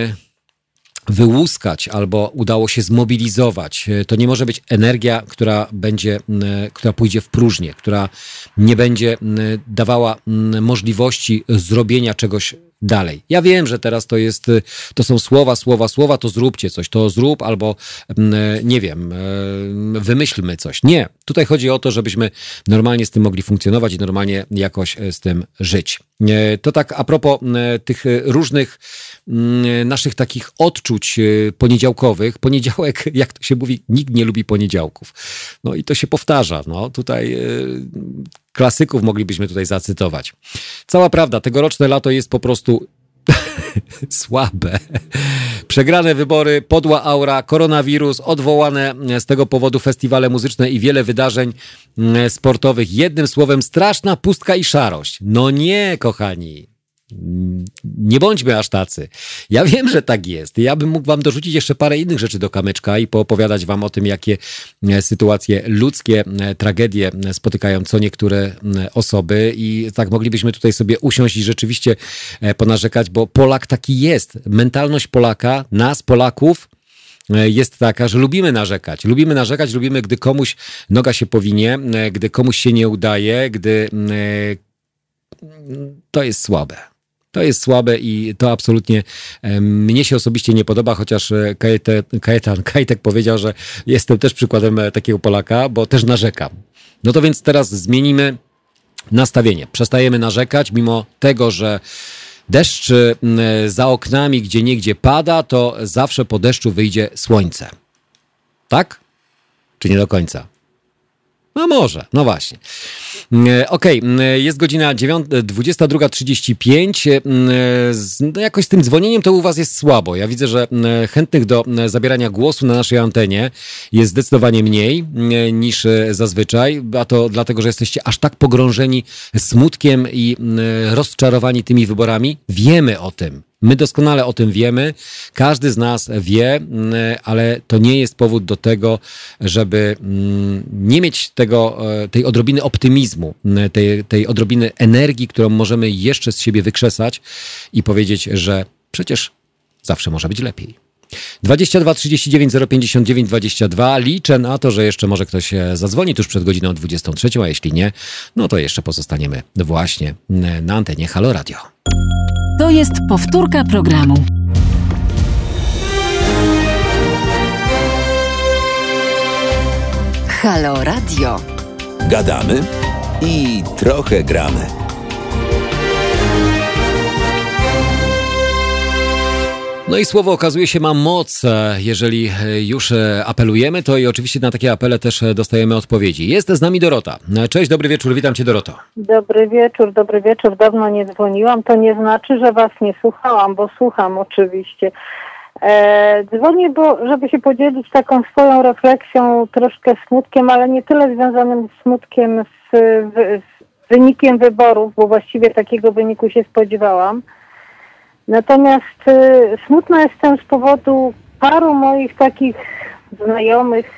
wyłuskać albo udało się zmobilizować. To nie może być energia, która pójdzie w próżnię, która nie będzie dawała możliwości zrobienia czegoś dalej. Ja wiem, że teraz to są słowa, to zróbcie coś, to zrób albo nie wiem, wymyślmy coś. Nie. Tutaj chodzi o to, żebyśmy normalnie z tym mogli funkcjonować i normalnie jakoś z tym żyć. To tak a propos tych różnych naszych takich odczuć poniedziałkowych. Poniedziałek, jak to się mówi, nikt nie lubi poniedziałków. No i to się powtarza. No tutaj klasyków moglibyśmy tutaj zacytować. Cała prawda, tegoroczne lato jest po prostu słabe. Przegrane wybory, podła aura, koronawirus, odwołane z tego powodu festiwale muzyczne i wiele wydarzeń sportowych. Jednym słowem, straszna pustka i szarość. No nie, kochani. Nie bądźmy aż tacy. Ja wiem, że tak jest. Ja bym mógł wam dorzucić jeszcze parę innych rzeczy do kamyczka i poopowiadać wam o tym, jakie sytuacje ludzkie, tragedie spotykają co niektóre osoby i tak moglibyśmy tutaj sobie usiąść i rzeczywiście ponarzekać, bo Polak taki jest. Mentalność Polaka, nas Polaków, jest taka, że lubimy narzekać. Lubimy, gdy komuś noga się powinie, gdy komuś się nie udaje, gdy to jest słabe. To jest słabe i to absolutnie mnie się osobiście nie podoba, chociaż Kajtek powiedział, że jestem też przykładem takiego Polaka, bo też narzekam. No to więc teraz zmienimy nastawienie. Przestajemy narzekać, mimo tego, że deszcz za oknami gdzieniegdzie pada, to zawsze po deszczu wyjdzie słońce. Tak? Czy nie do końca? No może, no właśnie. Okej, jest godzina 22:35. Jakoś z tym dzwonieniem to u was jest słabo. Ja widzę, że chętnych do zabierania głosu na naszej antenie jest zdecydowanie mniej niż zazwyczaj, a to dlatego, że jesteście aż tak pogrążeni smutkiem i rozczarowani tymi wyborami. Wiemy o tym. My doskonale o tym wiemy, każdy z nas wie, ale to nie jest powód do tego, żeby nie mieć tej odrobiny optymizmu, tej odrobiny energii, którą możemy jeszcze z siebie wykrzesać i powiedzieć, że przecież zawsze może być lepiej. 22 39 059 22. Liczę na to, że jeszcze może ktoś zadzwoni tuż przed godziną 23, a jeśli nie, no to jeszcze pozostaniemy właśnie na antenie Halo Radio. To jest powtórka programu. Halo Radio. Gadamy i trochę gramy. No i słowo okazuje się ma moc. Jeżeli już apelujemy, to i oczywiście na takie apele też dostajemy odpowiedzi. Jest z nami Dorota. Cześć, dobry wieczór, witam cię Doroto. Dobry wieczór. Dawno nie dzwoniłam. To nie znaczy, że was nie słuchałam, bo słucham oczywiście. Dzwonię, żeby się podzielić taką swoją refleksją, troszkę smutkiem, ale nie tyle związanym z smutkiem z wynikiem wyborów, bo właściwie takiego wyniku się spodziewałam. Natomiast smutna jestem z powodu paru moich takich znajomych.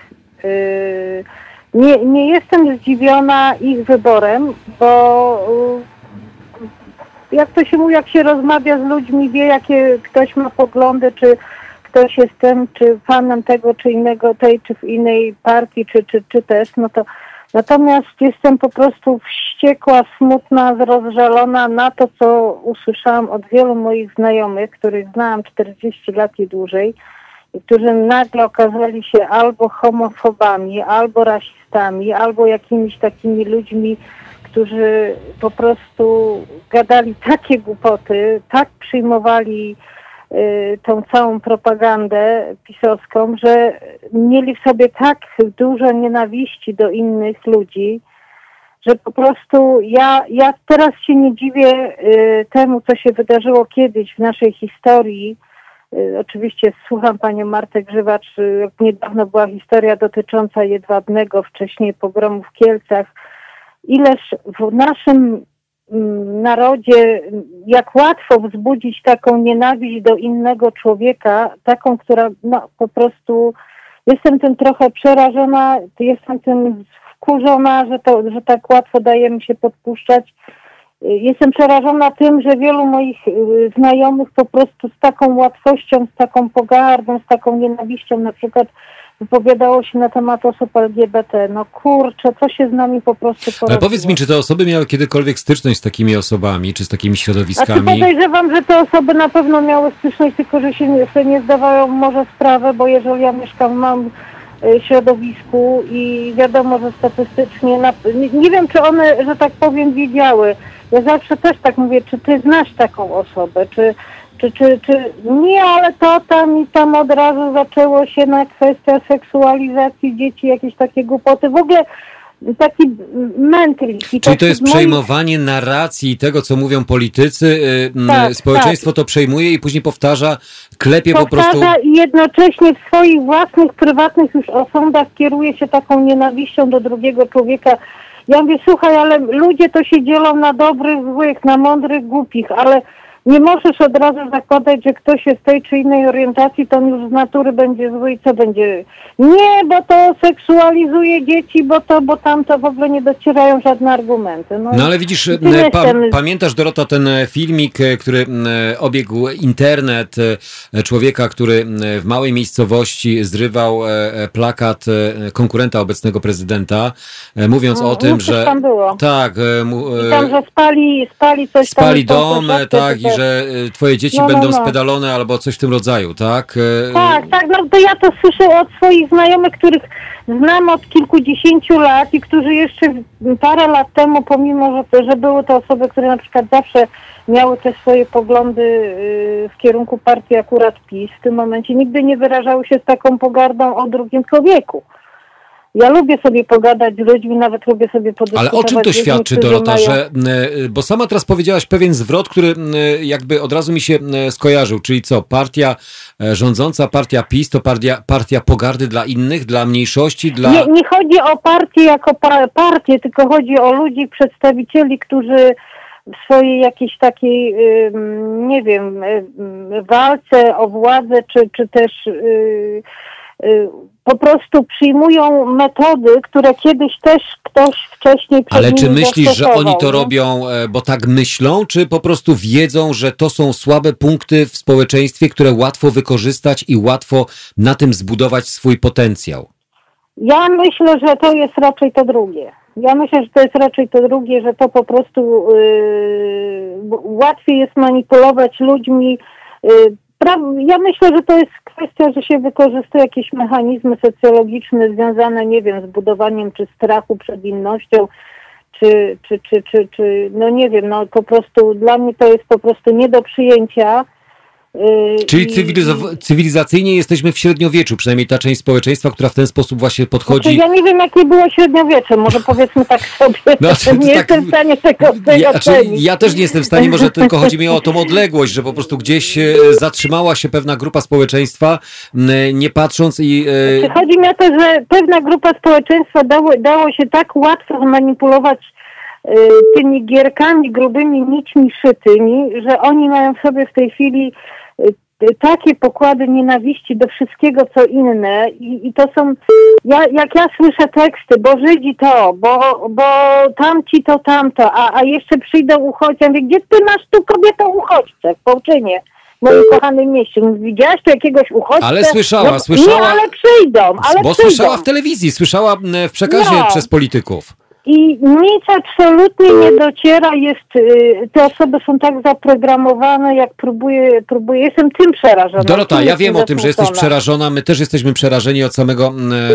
Nie jestem zdziwiona ich wyborem, bo jak to się mówi, jak się rozmawia z ludźmi, wie jakie ktoś ma poglądy, czy ktoś jest tym, czy fanem tego, czy innego, tej, czy w innej partii, czy też, no to natomiast jestem po prostu wściekła, smutna, rozżalona na to, co usłyszałam od wielu moich znajomych, których znałam 40 lat i dłużej, i którzy nagle okazali się albo homofobami, albo rasistami, albo jakimiś takimi ludźmi, którzy po prostu gadali takie głupoty, tak przyjmowali tą całą propagandę pisowską, że mieli w sobie tak dużo nienawiści do innych ludzi, że po prostu ja teraz się nie dziwię temu, co się wydarzyło kiedyś w naszej historii. Oczywiście słucham panią Martę Grzywacz, niedawno była historia dotycząca Jedwabnego, wcześniej pogromu w Kielcach. Ileż w naszym narodzie, jak łatwo wzbudzić taką nienawiść do innego człowieka, taką, która po prostu, jestem tym trochę przerażona, jestem tym wkurzona, że tak łatwo dajemy się podpuszczać. Jestem przerażona tym, że wielu moich znajomych po prostu z taką łatwością, z taką pogardą, z taką nienawiścią na przykład wypowiadało się na temat osób LGBT. No kurczę, co się z nami po prostu porobiło. Ale powiedz mi, czy te osoby miały kiedykolwiek styczność z takimi osobami, czy z takimi środowiskami? A podejrzewam, że te osoby na pewno miały styczność, tylko że się nie zdawają może sprawę, bo jeżeli ja mieszkam w małym środowisku i wiadomo, że statystycznie, nie wiem, czy one, że tak powiem, wiedziały. Ja zawsze też tak mówię, czy ty znasz taką osobę, czy nie, ale to tam od razu zaczęło się na kwestia seksualizacji dzieci, jakieś takie głupoty. W ogóle taki mentality. Czyli to jest przejmowanie narracji tego, co mówią politycy, społeczeństwo to przejmuje i później powtarza, klepie po prostu. I jednocześnie w swoich własnych, prywatnych już osądach kieruje się taką nienawiścią do drugiego człowieka. Ja mówię, słuchaj, ale ludzie to się dzielą na dobrych, złych, na mądrych, głupich, ale nie możesz od razu zakładać, że ktoś jest tej czy innej orientacji, to on już z natury będzie zły i co będzie? Nie, bo to seksualizuje dzieci, bo tam to w ogóle nie docierają żadne argumenty. No ale widzisz, pamiętasz, Dorota, ten filmik, który obiegł internet, człowieka, który w małej miejscowości zrywał plakat konkurenta obecnego prezydenta, mówiąc o tym, że... tam było. Tak. I tam, że spali coś tam. Spali dom, tak, i że twoje dzieci będą spedalone albo coś w tym rodzaju, tak? Tak, no to ja to słyszę od swoich znajomych, których znam od kilkudziesięciu lat i którzy jeszcze parę lat temu, pomimo, że były to osoby, które na przykład zawsze miały te swoje poglądy w kierunku partii akurat PiS, w tym momencie nigdy nie wyrażały się z taką pogardą o drugim człowieku. Ja lubię sobie pogadać z ludźmi, nawet lubię sobie podyskutować. Ale o czym to świadczy, Dorota, że, bo sama teraz powiedziałaś pewien zwrot, który jakby od razu mi się skojarzył, czyli co, partia rządząca, partia PiS to partia pogardy dla innych, dla mniejszości, dla... Nie chodzi o partię jako partię, tylko chodzi o ludzi, przedstawicieli, którzy w swojej jakiejś takiej, nie wiem, walce o władzę, czy też... po prostu przyjmują metody, które kiedyś też ktoś wcześniej przed Ale czy nimi myślisz, że oni to nie? robią, bo tak myślą, czy po prostu wiedzą, że to są słabe punkty w społeczeństwie, które łatwo wykorzystać i łatwo na tym zbudować swój potencjał? Ja myślę, że to jest raczej to drugie. Że to po prostu łatwiej jest manipulować ludźmi. Ja myślę, że to jest kwestia, że się wykorzystuje jakieś mechanizmy socjologiczne związane, nie wiem, z budowaniem czy strachu przed innością, czy no nie wiem, no po prostu dla mnie to jest po prostu nie do przyjęcia. Czyli cywilizacyjnie jesteśmy w średniowieczu, przynajmniej ta część społeczeństwa, która w ten sposób właśnie podchodzi... Znaczy, ja nie wiem, jakie było średniowiecze, może powiedzmy tak sobie, nie jestem w stanie tego ocenić. Ja też nie jestem w stanie, może tylko chodzi mi o tą odległość, że po prostu gdzieś zatrzymała się pewna grupa społeczeństwa, nie patrząc i... Chodzi mi o to, że pewna grupa społeczeństwa dało się tak łatwo zmanipulować tymi gierkami grubymi nićmi szytymi, że oni mają w sobie w tej chwili takie pokłady nienawiści do wszystkiego, co inne i to są, jak ja słyszę teksty, bo Żydzi to, bo tamci to tamto, a jeszcze przyjdą uchodźcy, ja mówię, gdzie ty masz tu kobietę uchodźcę w Połczynie, w moim kochanym mieście? Widziałaś tu jakiegoś uchodźcę? Ale słyszała. Nie, ale przyjdą, słyszała w telewizji, słyszała w przekazie przez polityków. I nic absolutnie nie dociera, te osoby są tak zaprogramowane, jak próbuję, jestem tym przerażona. Dorota, ja wiem o tym, że jesteś przerażona, my też jesteśmy przerażeni od samego...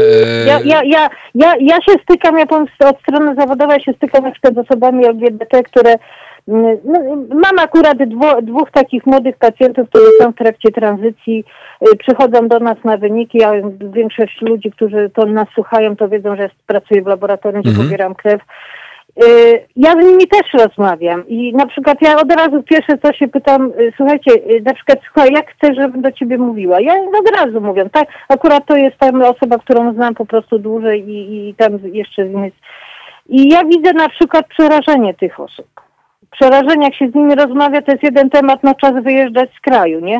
Ja się stykam, od strony zawodowej się stykam na przykład z osobami LGBT, które... mam akurat dwóch takich młodych pacjentów, którzy są w trakcie tranzycji, przychodzą do nas na wyniki, a większość ludzi, którzy to nas słuchają, to wiedzą, że pracuję w laboratorium, gdzie pobieram krew Ja z nimi też rozmawiam i na przykład ja od razu pierwsze co się pytam, słuchajcie, na przykład słuchaj, jak chcesz, żebym do ciebie mówiła? Ja od razu mówię, tak, akurat to jest tam osoba, którą znam po prostu dłużej i tam jeszcze z innych. I ja widzę na przykład przerażenie tych osób. Przerażenie, jak się z nimi rozmawia, to jest jeden temat, no czas wyjeżdżać z kraju, nie?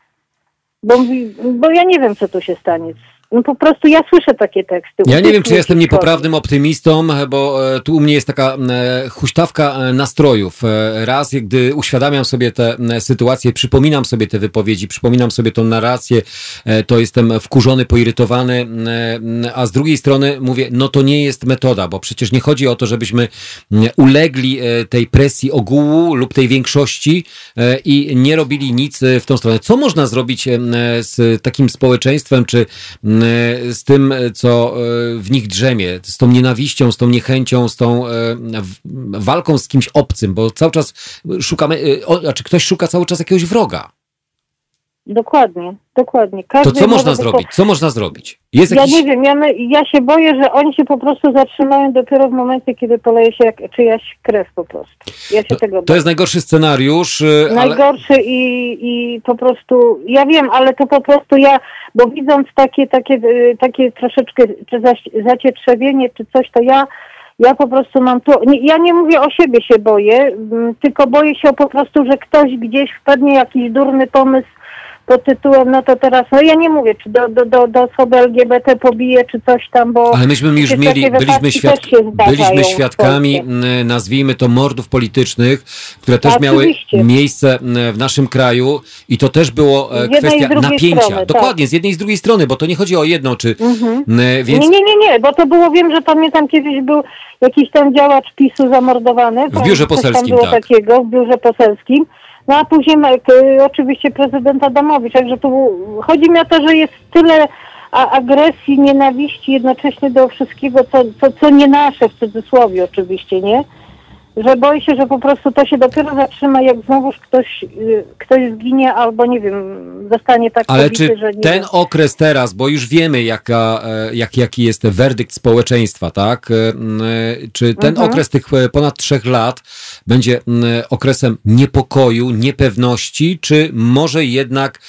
Bo ja nie wiem, co tu się stanie. No po prostu ja słyszę takie teksty. Ja nie wiem, czy jestem niepoprawnym optymistą, bo tu u mnie jest taka huśtawka nastrojów. Raz, gdy uświadamiam sobie te sytuacje, przypominam sobie te wypowiedzi, przypominam sobie tą narrację, to jestem wkurzony, poirytowany, a z drugiej strony mówię, no to nie jest metoda, bo przecież nie chodzi o to, żebyśmy ulegli tej presji ogółu lub tej większości i nie robili nic w tą stronę. Co można zrobić z takim społeczeństwem, czy z tym, co w nich drzemie, z tą nienawiścią, z tą niechęcią, z tą walką z kimś obcym, bo cały czas szukamy, czy ktoś szuka cały czas jakiegoś wroga. Dokładnie. To co można zrobić? Co można zrobić? Jest ja jakiś... nie wiem, ja się boję, że oni się po prostu zatrzymają dopiero w momencie, kiedy poleje się czyjaś krew po prostu. Ja się tego boję. To jest najgorszy scenariusz. Najgorszy i po prostu, ja wiem, ale to po prostu bo widząc takie troszeczkę czy zacietrzewienie, czy coś, to ja po prostu mam tu, ja nie mówię o siebie się boję, tylko boję się po prostu, że ktoś gdzieś wpadnie jakiś durny pomysł pod tytułem, no to teraz, no ja nie mówię, czy do osoby LGBT pobije, czy coś tam, bo... Ale myśmy już byliśmy świadkami, nazwijmy to, mordów politycznych, które też miały miejsce w naszym kraju i to też było kwestia napięcia. Strony, dokładnie, z jednej i z drugiej strony, bo to nie chodzi o jedną, czy... Więc... Nie, bo to było, wiem, że pamiętam, kiedyś był jakiś tam działacz PiS-u zamordowany. W biurze poselskim, tam było takiego, w biurze poselskim. No a później oczywiście prezydent Adamowicz. Także tu chodzi mi o to, że jest tyle agresji, nienawiści jednocześnie do wszystkiego, co nie nasze, w cudzysłowie oczywiście, nie? Że boję się, że po prostu to się dopiero zatrzyma, jak znowuż ktoś zginie albo, nie wiem, zostanie tak ale pobity, czy że nie ten wiem. okres teraz, bo już wiemy, jaki jest werdykt społeczeństwa, tak? Czy ten okres tych ponad 3 lat będzie okresem niepokoju, niepewności, czy może jednak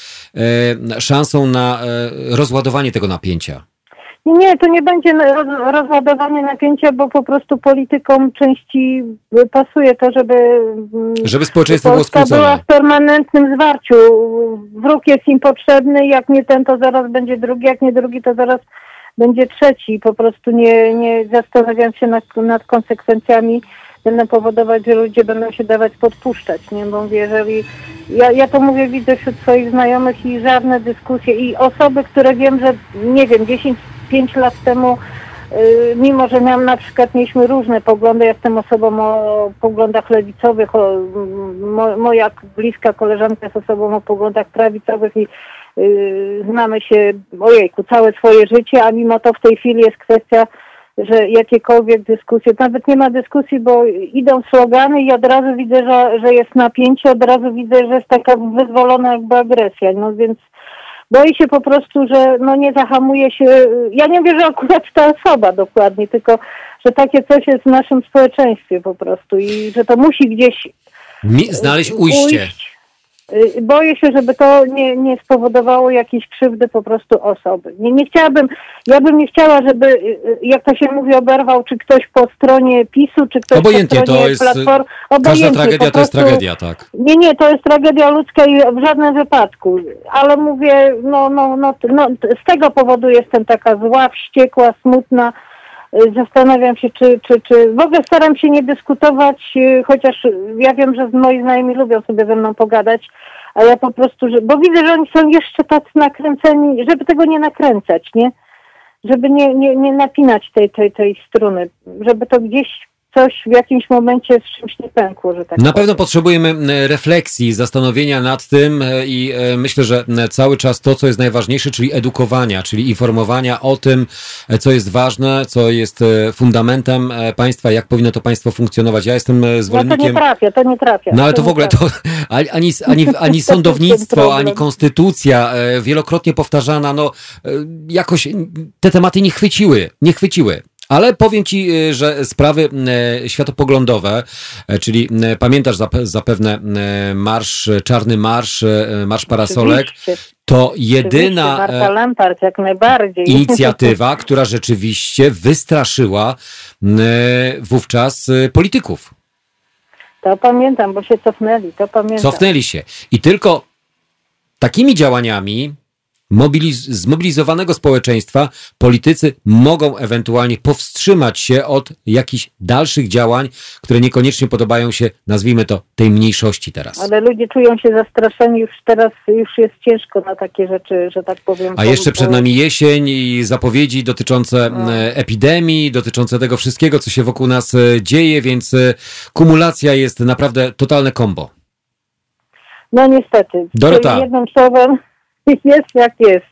szansą na rozładowanie tego napięcia? Nie, to nie będzie rozładowanie napięcia, bo po prostu politykom części pasuje to, żeby społeczeństwo było skłócone. była w permanentnym zwarciu. Wróg jest im potrzebny, jak nie ten, to zaraz będzie drugi, jak nie drugi, to zaraz będzie trzeci. Po prostu nie zastanawiam się nad konsekwencjami, będą powodować, że ludzie będą się dawać podpuszczać, nie? Bo mówię, jeżeli... Ja to mówię, widzę wśród swoich znajomych i żadne dyskusje i osoby, które wiem, że nie wiem, 5 lat temu, mimo że na przykład mieliśmy różne poglądy, ja jestem osobą o poglądach lewicowych, moja bliska koleżanka jest osobą o poglądach prawicowych i znamy się, całe swoje życie, a mimo to w tej chwili jest kwestia, że jakiekolwiek dyskusje, nawet nie ma dyskusji, bo idą slogany i od razu widzę, że jest napięcie, od razu widzę, że jest taka wyzwolona jakby agresja, no więc boję się po prostu, że nie zahamuje się, ja nie wiem, że akurat ta osoba dokładnie, tylko że takie coś jest w naszym społeczeństwie po prostu i że to musi gdzieś znaleźć ujście. Boję się, żeby to nie spowodowało jakiejś krzywdy po prostu osoby. Ja bym nie chciała, żeby, jak to się mówi, oberwał, czy ktoś po stronie PiS-u, czy ktoś obojętnie, po stronie Platformy. Każda tragedia to jest tragedia, tak. Nie, to jest tragedia ludzka i w żadnym wypadku. Ale mówię, z tego powodu jestem taka zła, wściekła, smutna. Zastanawiam się, czy w ogóle staram się nie dyskutować, chociaż ja wiem, że moi znajomi lubią sobie ze mną pogadać, a ja po prostu, bo widzę, że oni są jeszcze tacy nakręceni, żeby tego nie nakręcać, nie? Żeby nie napinać tej struny, żeby to gdzieś coś w jakimś momencie z czymś nie pękło, że tak Na pewno potrzebujemy refleksji, zastanowienia nad tym i myślę, że cały czas to, co jest najważniejsze, czyli edukowania, czyli informowania o tym, co jest ważne, co jest fundamentem państwa, jak powinno to państwo funkcjonować. Ja jestem zwolennikiem... To nie trafia. No ale to w ogóle to ani sądownictwo, ani konstytucja wielokrotnie powtarzana, jakoś te tematy nie chwyciły. Ale powiem ci, że sprawy światopoglądowe, czyli pamiętasz zapewne Czarny Marsz, Marsz Parasolek, Oczywiście. to jedyna Marta Lampart, jak najbardziej. inicjatywa, która rzeczywiście wystraszyła wówczas polityków. To pamiętam, bo się cofnęli, to pamiętam. Cofnęli się. I tylko takimi działaniami zmobilizowanego społeczeństwa politycy mogą ewentualnie powstrzymać się od jakichś dalszych działań, które niekoniecznie podobają się, nazwijmy to, tej mniejszości teraz. Ale ludzie czują się zastraszeni już teraz, już jest ciężko na takie rzeczy, że tak powiem. A jeszcze przed nami jesień i zapowiedzi dotyczące epidemii, dotyczące tego wszystkiego, co się wokół nas dzieje, więc kumulacja jest naprawdę totalne kombo. No niestety. Dorota. Jednym słowem jest jak jest.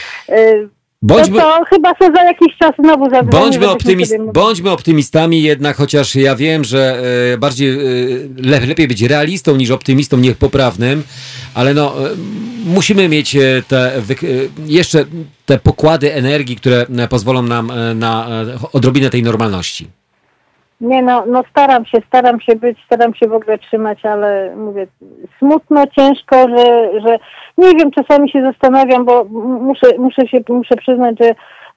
To chyba się za jakiś czas znowu zadzwoni. Bądźmy optymistami jednak, chociaż ja wiem, że bardziej lepiej być realistą niż optymistą niepoprawnym, ale no musimy mieć jeszcze te pokłady energii, które pozwolą nam na odrobinę tej normalności. Nie no staram się w ogóle trzymać, ale mówię, smutno, ciężko, że nie wiem, czasami się zastanawiam, bo muszę przyznać, że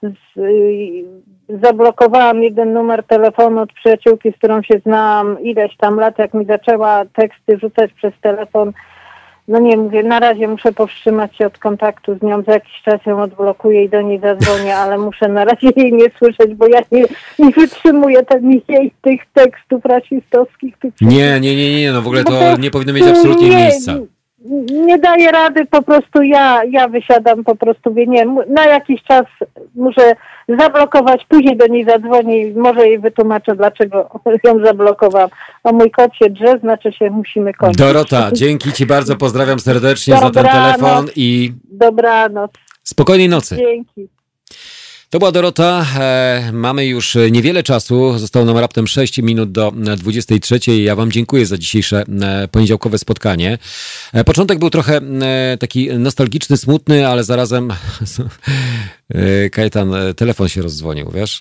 zablokowałam jeden numer telefonu od przyjaciółki, z którą się znam ileś tam lat, jak mi zaczęła teksty rzucać przez telefon. No nie, mówię, na razie muszę powstrzymać się od kontaktu z nią, za jakiś czas ją odblokuję i do niej zadzwonię, ale muszę na razie jej nie słyszeć, bo ja nie wytrzymuję jej tych tekstów rasistowskich. Nie, no w ogóle to nie powinno mieć absolutnie miejsca. Nie daję rady, po prostu ja wysiadam, po prostu na jakiś czas muszę zablokować, później do niej zadzwonię i może jej wytłumaczę, dlaczego ją zablokowałam. A mój kot się drze, znaczy się musimy kończyć. Dorota, dzięki ci bardzo, pozdrawiam serdecznie za ten telefon i dobranoc. Spokojnej nocy. Dzięki. To była Dorota. Mamy już niewiele czasu. Zostało nam raptem 6 minut do 23. Ja wam dziękuję za dzisiejsze poniedziałkowe spotkanie. Początek był trochę taki nostalgiczny, smutny, ale zarazem Kajetan, telefon się rozdzwonił, wiesz?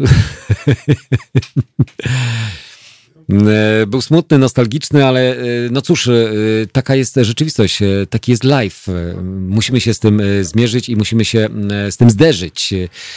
Był smutny, nostalgiczny, ale no cóż, taka jest rzeczywistość, taki jest live. Musimy się z tym zmierzyć i musimy się z tym zderzyć.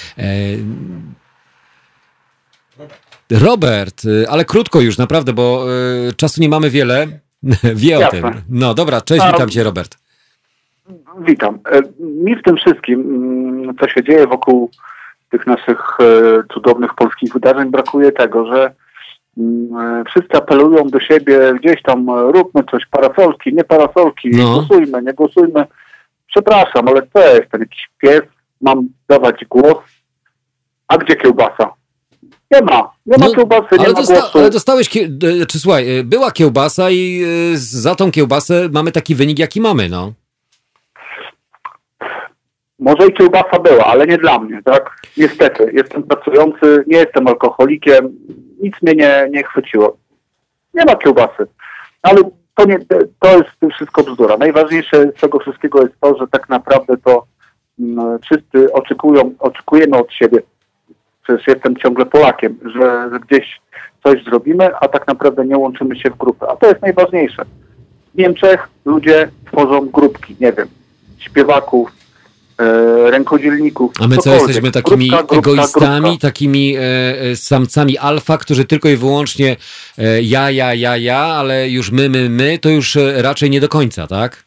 Robert, ale krótko już naprawdę, bo czasu nie mamy wiele. Wie o tym. No dobra, cześć, witam cię, Robert. Witam. Mi w tym wszystkim, co się dzieje wokół tych naszych cudownych polskich wydarzeń, brakuje tego, że wszyscy apelują do siebie, gdzieś tam róbmy coś, parasolki, nie parasolki, głosujmy, nie głosujmy. Przepraszam, ale to jest ten jakiś pies, mam dawać głos, a gdzie kiełbasa? Nie ma kiełbasy, nie ma głosu. Ale dostałeś, słuchaj, była kiełbasa i za tą kiełbasę mamy taki wynik, jaki mamy, no. Może i kiełbasa była, ale nie dla mnie, tak? Niestety, jestem pracujący, nie jestem alkoholikiem, nic mnie nie chwyciło. Nie ma kiełbasy. Ale to jest wszystko bzdura. Najważniejsze z tego wszystkiego jest to, że tak naprawdę to wszyscy oczekujemy od siebie. Przecież jestem ciągle Polakiem, że gdzieś coś zrobimy, a tak naprawdę nie łączymy się w grupy. A to jest najważniejsze. W Niemczech ludzie tworzą grupki, nie wiem, śpiewaków, rękodzielników. A my co, jesteśmy takimi egoistami, takimi samcami alfa, którzy tylko i wyłącznie ja, ale już my, to już raczej nie do końca, tak?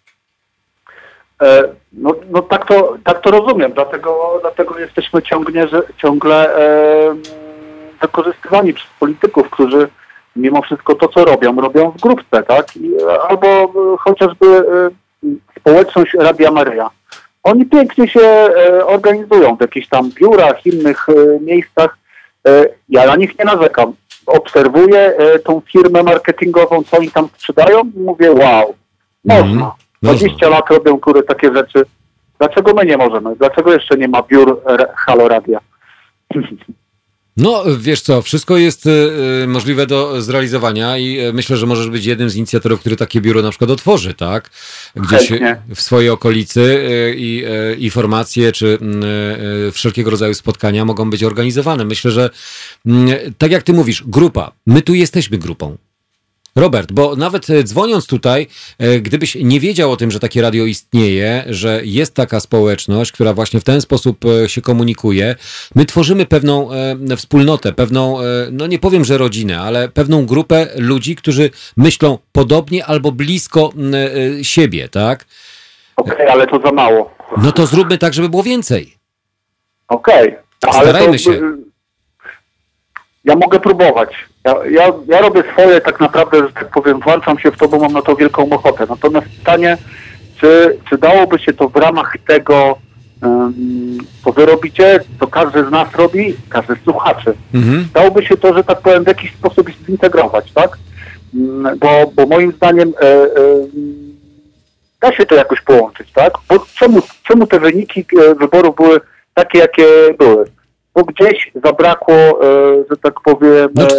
No tak to rozumiem, dlatego jesteśmy ciągle wykorzystywani przez polityków, którzy mimo wszystko to, co robią w grupce, tak? Albo chociażby społeczność Radia Maryja. Oni pięknie się organizują w jakichś tam biurach, innych miejscach. Ja na nich nie narzekam. Obserwuję tą firmę marketingową, co oni tam sprzedają i mówię, wow, można. 20 lat robią takie rzeczy. Dlaczego my nie możemy? Dlaczego jeszcze nie ma biur Halo Radia? No, wiesz co, wszystko jest możliwe do zrealizowania i myślę, że możesz być jednym z inicjatorów, który takie biuro na przykład otworzy, tak? Gdzieś Chętnie. w swojej okolicy i informacje czy wszelkiego rodzaju spotkania mogą być organizowane. Myślę, że tak jak ty mówisz, grupa, my tu jesteśmy grupą. Robert, bo nawet dzwoniąc tutaj, gdybyś nie wiedział o tym, że takie radio istnieje, że jest taka społeczność, która właśnie w ten sposób się komunikuje, my tworzymy pewną wspólnotę, pewną, no nie powiem, że rodzinę, ale pewną grupę ludzi, którzy myślą podobnie albo blisko siebie, tak? Okej, ale to za mało. No to zróbmy tak, żeby było więcej. Okej. Starajmy się. Ja mogę próbować. Ja robię swoje tak naprawdę, że tak powiem, włączam się w to, bo mam na to wielką ochotę. Natomiast pytanie, czy dałoby się to w ramach tego, co wy robicie, co każdy z nas robi, każdy z słuchaczy. Dałoby się to, że tak powiem, w jakiś sposób zintegrować, tak? Bo moim zdaniem da się to jakoś połączyć, tak? Bo czemu te wyniki wyborów były takie, jakie były? Bo gdzieś zabrakło, że tak powiem... No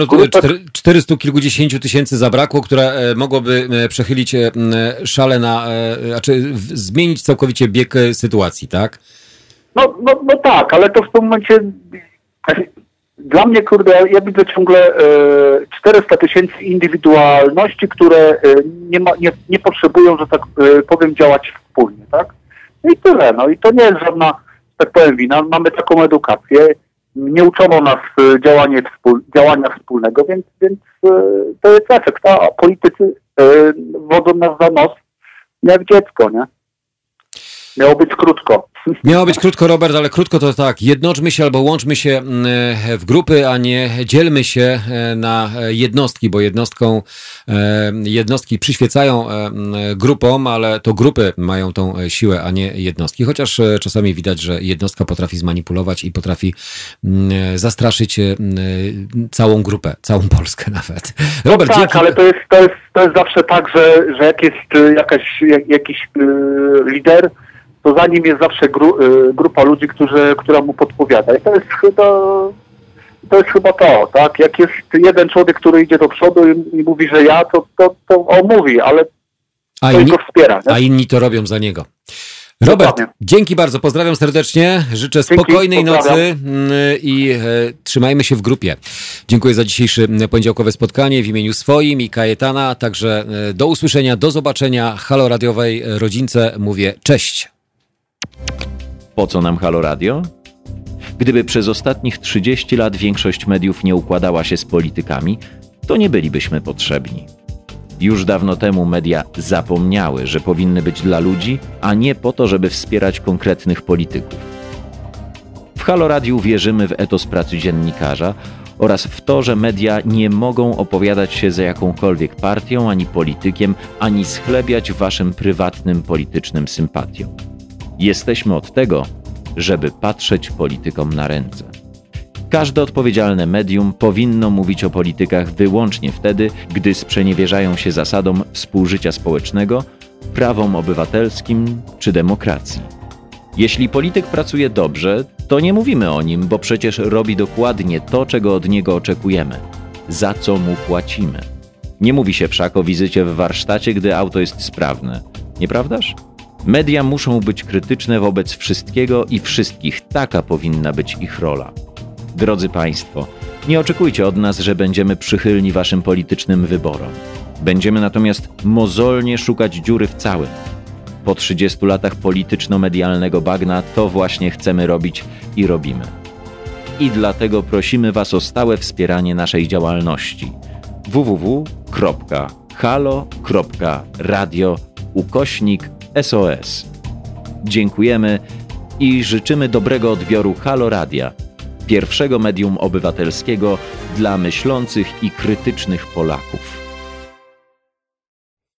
400 kilkudziesięciu tysięcy zabrakło, które mogłoby przechylić szale zmienić całkowicie bieg sytuacji, tak? No tak, ale to w tym momencie... Dla mnie, kurde, ja widzę ciągle 400 tysięcy indywidualności, które nie potrzebują, że tak powiem, działać wspólnie, tak? No i tyle, no i to nie jest żadna... tak powiem, wina. Mamy taką edukację, nie uczono nas działania wspólnego, więc to jest efekt. A politycy wodzą nas za nos jak dziecko, nie? Miało być krótko. Miało być krótko, Robert, ale krótko to tak. Jednoczmy się albo łączmy się w grupy, a nie dzielmy się na jednostki, bo jednostki przyświecają grupom, ale to grupy mają tą siłę, a nie jednostki. Chociaż czasami widać, że jednostka potrafi zmanipulować i potrafi zastraszyć całą grupę, całą Polskę nawet. Robert, tak, ale to jest zawsze tak, że jak jest jakiś lider, to za nim jest zawsze grupa ludzi, która mu podpowiada. I to jest chyba to, tak? Jak jest jeden człowiek, który idzie do przodu i mówi, że ja, to on mówi, ale to go wspiera. Nie? A inni to robią za niego. Robert, dokładnie. Dzięki bardzo, pozdrawiam serdecznie, życzę spokojnej nocy i trzymajmy się w grupie. Dziękuję za dzisiejsze poniedziałkowe spotkanie w imieniu swoim i Kajetana, także do usłyszenia, do zobaczenia. Halo Radiowej rodzince mówię cześć. Po co nam Halo Radio? Gdyby przez ostatnich 30 lat większość mediów nie układała się z politykami, to nie bylibyśmy potrzebni. Już dawno temu media zapomniały, że powinny być dla ludzi, a nie po to, żeby wspierać konkretnych polityków. W Halo Radiu wierzymy w etos pracy dziennikarza oraz w to, że media nie mogą opowiadać się za jakąkolwiek partią ani politykiem, ani schlebiać waszym prywatnym politycznym sympatiom. Jesteśmy od tego, żeby patrzeć politykom na ręce. Każde odpowiedzialne medium powinno mówić o politykach wyłącznie wtedy, gdy sprzeniewierzają się zasadom współżycia społecznego, prawom obywatelskim czy demokracji. Jeśli polityk pracuje dobrze, to nie mówimy o nim, bo przecież robi dokładnie to, czego od niego oczekujemy, za co mu płacimy. Nie mówi się wszak o wizycie w warsztacie, gdy auto jest sprawne, nieprawdaż? Media muszą być krytyczne wobec wszystkiego i wszystkich, taka powinna być ich rola. Drodzy Państwo, nie oczekujcie od nas, że będziemy przychylni waszym politycznym wyborom. Będziemy natomiast mozolnie szukać dziury w całym. Po 30 latach polityczno-medialnego bagna to właśnie chcemy robić i robimy. I dlatego prosimy was o stałe wspieranie naszej działalności. www.halo.radio/SOS. Dziękujemy i życzymy dobrego odbioru Halo Radia, pierwszego medium obywatelskiego dla myślących i krytycznych Polaków.